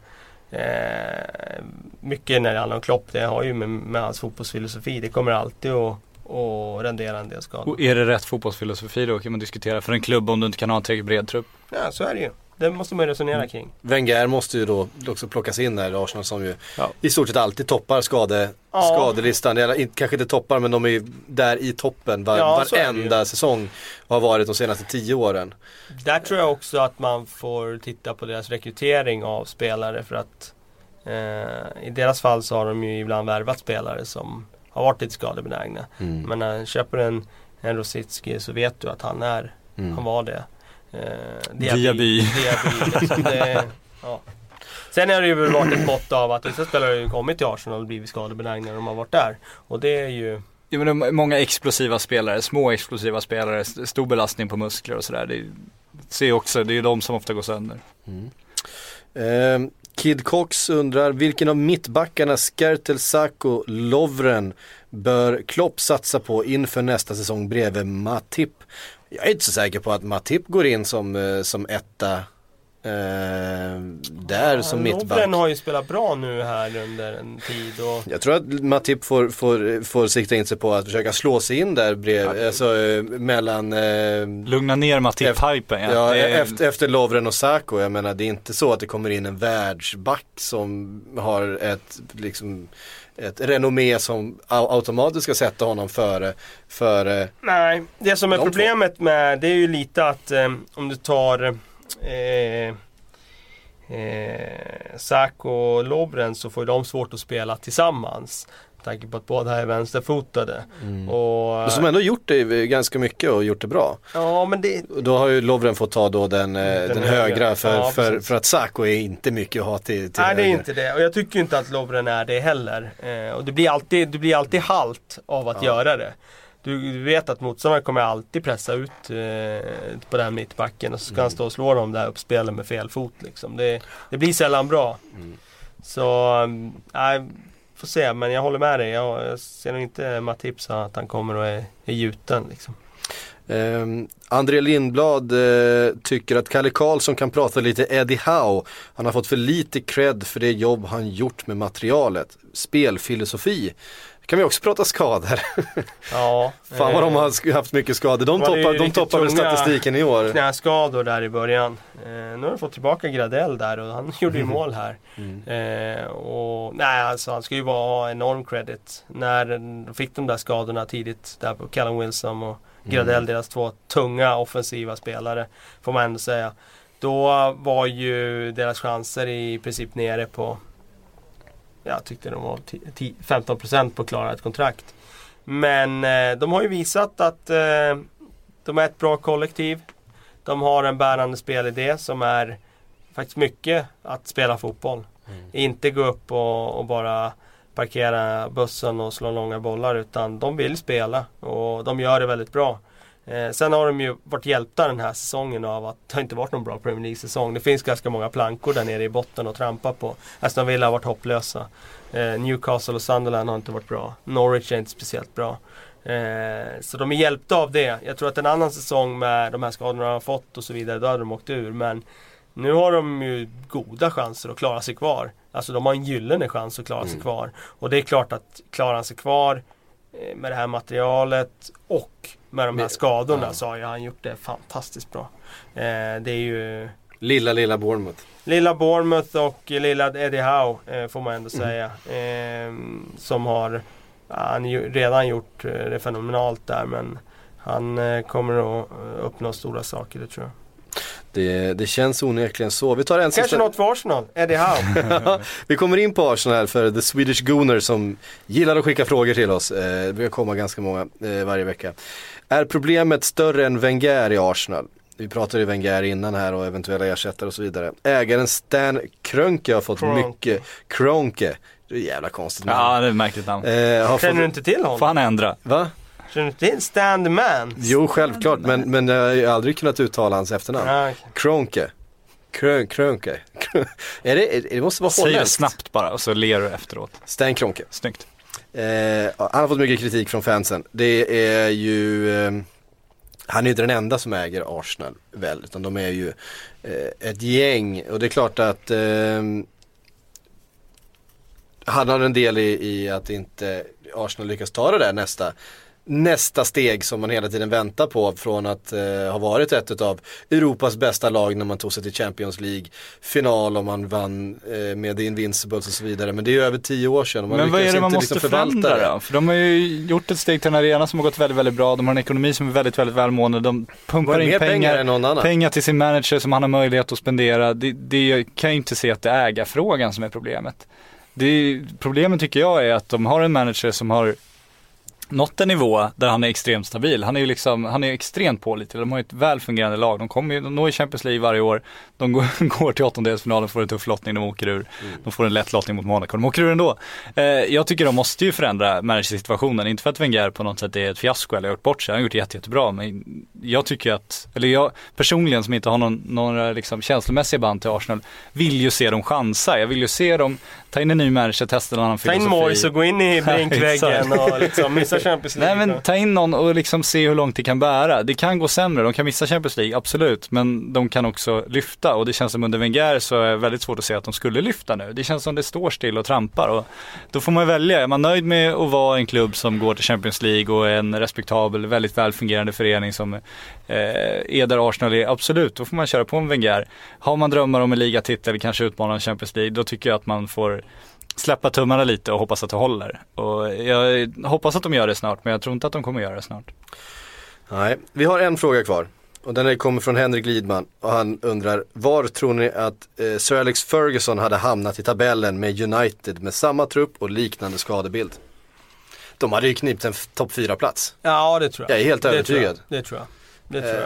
eh, mycket när det handlar om Klopp, det har ju med, med hans fotbollsfilosofi, det kommer alltid att och rendera en del skador. Och är det rätt fotbollsfilosofi då kan man diskutera för en klubb om du inte kan ha en tillräckligt bred trupp. Ja, så är det ju. Det måste man ju resonera kring. Wenger måste ju då också plockas in där i Arsenal som ju Ja. i stort sett alltid toppar skade, Ja. skadelistan. Eller, inte, kanske inte toppar, men de är ju där i toppen var, Ja, så är det ju. varenda säsong och har varit de senaste tio åren. Där tror jag också att man får titta på deras rekrytering av spelare, för att eh, i deras fall så har de ju ibland värvat spelare som har varit lite skadebenägna. Mm. Men när du köper en, en Rosicki så vet du att han är, Mm. han var det. Eh, Diaby. Diaby, liksom. det, ja. Sen har det ju väl varit ett mått av att vissa spelare har ju kommit till Arsenal och blivit skadebenägna när de har varit där. Och det är ju... Ja, men det är många explosiva spelare, små explosiva spelare, st- stor belastning på muskler och sådär. Det ser också, det är ju de som ofta går sönder. Eh, Kid Cox undrar, vilken av mittbackarna Skertel, Sacco, Lovren bör Klopp satsa på inför nästa säsong bredvid Matip? Jag är inte så säker på att Matip går in som, eh, som etta eh, där som mittback. Lovren har ju spelat bra nu här under en tid och... Jag tror att Matip får, får, får sikta in sig på att försöka slå sig in där brev, alltså, eh, mellan eh, Lugna ner Matip-hypen. Ja, ja, det är- efter, efter Lovren och Sacco. Jag menar, det är inte så att det kommer in en världsback som har ett liksom ett renommé som au- automatiskt ska sätta honom före, före Nej, det som är De två. problemet med det är ju lite att eh, om du tar eh, eh, Sacco och Lovren så får de svårt att spela tillsammans. Med tanke på att båda är vänsterfotade. Och, som ändå gjort det ganska mycket och gjort det bra. ja, men det... Och då har ju Lovren fått ta då den, eh, den, Den högra, högra. för, Ja, för, precis. för att Sacco är inte mycket att ha till, till Nej, det är höger. inte det. Och jag tycker inte att Lovren är det heller. Eh, och det blir alltid, det blir alltid halt av att göra det. du vet att motståndaren kommer alltid pressa ut eh, på den mittbacken och så ska mm. han stå och slå dem där uppspelen med fel fot liksom. Det, det blir sällan bra. Mm. Så, nej, får se, men jag håller med dig. Jag, jag ser nog inte Matip att han kommer och är, är gjuten liksom. Um, André Lindblad uh, tycker att Kalle Karlsson kan prata lite Eddie Howe. Han har fått för lite cred för det jobb han gjort med materialet. Spelfilosofi. Kan vi också prata skador? Ja. Fan vad de har haft mycket skador. De toppar, de toppar väl statistiken i år. Knäskador där i början. Eh, nu har de fått tillbaka Gradell där och han gjorde ju mål här. Mm. Eh, och nej, alltså han ska ju bara ha enorm credit. När de fick de där skadorna tidigt där på Callum Wilson och Gradell, mm. deras två tunga offensiva spelare, får man ändå säga. Då var ju deras chanser i princip nere på, jag tyckte de var femton procent på att klara ett kontrakt. Men eh, de har ju visat att eh, de är ett bra kollektiv. De har en bärande spelidé som är faktiskt mycket att spela fotboll. Mm. Inte gå upp och, och bara parkera bussen och slå långa bollar, utan de vill spela och de gör det väldigt bra. Eh, sen har de ju varit hjälpta den här säsongen av att det inte varit någon bra Premier League-säsong. Det finns ganska många plankor där nere i botten att trampa på. Aston Villa har varit hopplösa. Eh, Newcastle och Sunderland har inte varit bra. Norwich är inte speciellt bra. Eh, så de är hjälpta av det. Jag tror att en annan säsong med de här skadorna de har fått och så vidare, då hade de åkt ur. Men nu har de ju goda chanser att klara sig kvar. Alltså de har en gyllene chans att klara mm. sig kvar. Och det är klart att klarar sig kvar eh, med det här materialet och med de här skadorna, ja. Så har han gjort det fantastiskt bra. Eh, det är ju Lilla, lilla Bournemouth. Lilla Bournemouth och lilla Eddie Howe eh, får man ändå säga. Eh, som har ja, han ju, redan gjort eh, det fenomenalt där, men han eh, kommer att uppnå stora saker, det tror jag. Det, det känns onekligen så. Vi tar en Kanske sista... något för Arsenal, Eddie Howe. Vi kommer in på Arsenal för The Swedish Gooner som gillar att skicka frågor till oss. Eh, det brukar komma ganska många eh, varje vecka. Är problemet större än Wenger i Arsenal? Vi pratade ju Wenger innan här och eventuella ersättare och så vidare. Ägaren Stan Kroenke har fått Kroenke. mycket Kroenke. Det är jävla konstigt namn. Ja, det är ett märkligt namn. Eh, Känner fått... du inte till honom? Får han ändra? Va? Känner du inte till Stan the Man? Jo, självklart, men, men jag har aldrig kunnat uttala hans efternamn. Ah, okay. Kroenke. Krön, Kroenke. Är det, det måste vara Säg det snabbt bara och så ler du efteråt. Stan Kroenke. Snyggt. Eh, han har fått mycket kritik från fansen. Det är ju... Eh, han är inte den enda som äger Arsenal väl, utan de är ju eh, ett gäng. Och det är klart att eh, han har en del i, i att inte Arsenal lyckas ta det där nästa nästa steg som man hela tiden väntar på, från att eh, ha varit ett av Europas bästa lag när man tog sig till Champions League final och man vann eh, med The Invincibles och så vidare. Men det är ju över tio år sedan. Man Men vad är det man liksom måste förändra då? För de har ju gjort ett steg till en arena som har gått väldigt, väldigt bra. De har en ekonomi som är väldigt, väldigt välmående. De pumpar in pengar, pengar, pengar till sin manager som han har möjlighet att spendera. Det, det kan jag inte se att det är ägarfrågan som är problemet. Det, problemet tycker jag är att de har en manager som har nått en nivå där han är extremt stabil. Han är ju liksom, han är extremt pålitlig. De har ju ett välfungerande lag. De kommer ju, de når i Champions League varje år. De går, går till åttondelsfinalen, får en tuff lottning, de åker ur. Mm. De får en lätt lottning mot Monaco. De åker ur ändå. Eh, jag tycker de måste ju förändra managersituationen. Inte för att Wenger på något sätt är ett fiasko eller har gjort bort sig. Han har gjort det jätte, jättebra. Men jag tycker att, eller jag personligen som inte har någon, några liksom känslomässiga band till Arsenal, vill ju se dem chansa. Jag vill ju se dem ta in en ny manager, testa en annan filosofi. Ta in Moyes och gå in i blinkväggen och liksom missa Champions League. Nej, men ta in någon och liksom se hur långt det kan bära. Det kan gå sämre, de kan missa Champions League, absolut. Men de kan också lyfta, och det känns som under Wenger så är det väldigt svårt att se att de skulle lyfta nu. Det känns som det står still och trampar, och då får man välja. Är man nöjd med att vara en klubb som går till Champions League och är en respektabel, väldigt välfungerande förening som eh, är där Arsenal är, absolut, då får man köra på en Wenger. Har man drömmar om en ligatitel, kanske utmana Champions League, då tycker jag att man får släppa tummarna lite och hoppas att det håller. Och jag hoppas att de gör det snart, men jag tror inte att de kommer göra det snart. Nej, vi har en fråga kvar. Och den kommer från Henrik Lidman. Och han undrar, var tror ni att eh, Sir Alex Ferguson hade hamnat i tabellen med United med samma trupp och liknande skadebild? De hade ju knipt en topp fyra plats. Ja, det tror jag. Jag är helt det övertygad. Tror jag. Det tror jag. Det tror jag.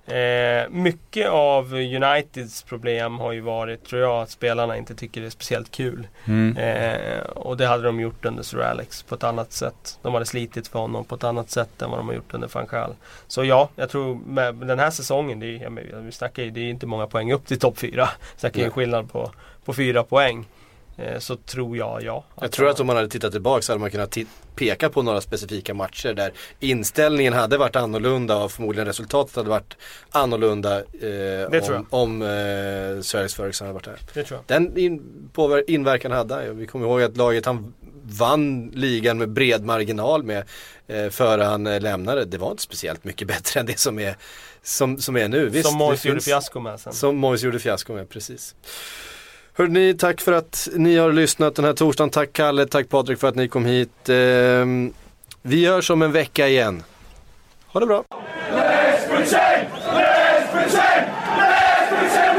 Eh, mycket av Uniteds problem har ju varit, tror jag, att spelarna inte tycker det är speciellt kul. Mm. Eh, och det hade de gjort under Sir Alex på ett annat sätt. De hade slitit för honom på ett annat sätt än vad de har gjort under Van Gaal. Så ja, jag tror med den här säsongen, det är, jag menar, vi snackar ju, det är inte många poäng upp till topp fyra. Snackar ju en skillnad på, på fyra poäng. Eh, så tror jag, ja. Jag tror att om man hade tittat tillbaka så hade man kunnat t- peka på några specifika matcher där inställningen hade varit annorlunda och förmodligen resultatet hade varit annorlunda eh, om, om eh, Sir Alex Ferguson hade varit där. Det tror jag. Den in, påver- inverkan hade han. Vi kommer ihåg att laget han vann ligan med bred marginal med eh, före han eh, lämnade. Det var inte speciellt mycket bättre än det som är, som, som är nu. Visst, som Moise gjorde finns, fiasko med sen. Som Moise gjorde fiasko med, precis. Hörrni, tack för att ni har lyssnat den här torsdagen. Tack Kalle, tack Patrik för att ni kom hit. Eh, vi hörs om en vecka igen. Ha det bra. Let's pretend! Let's pretend! Let's pretend!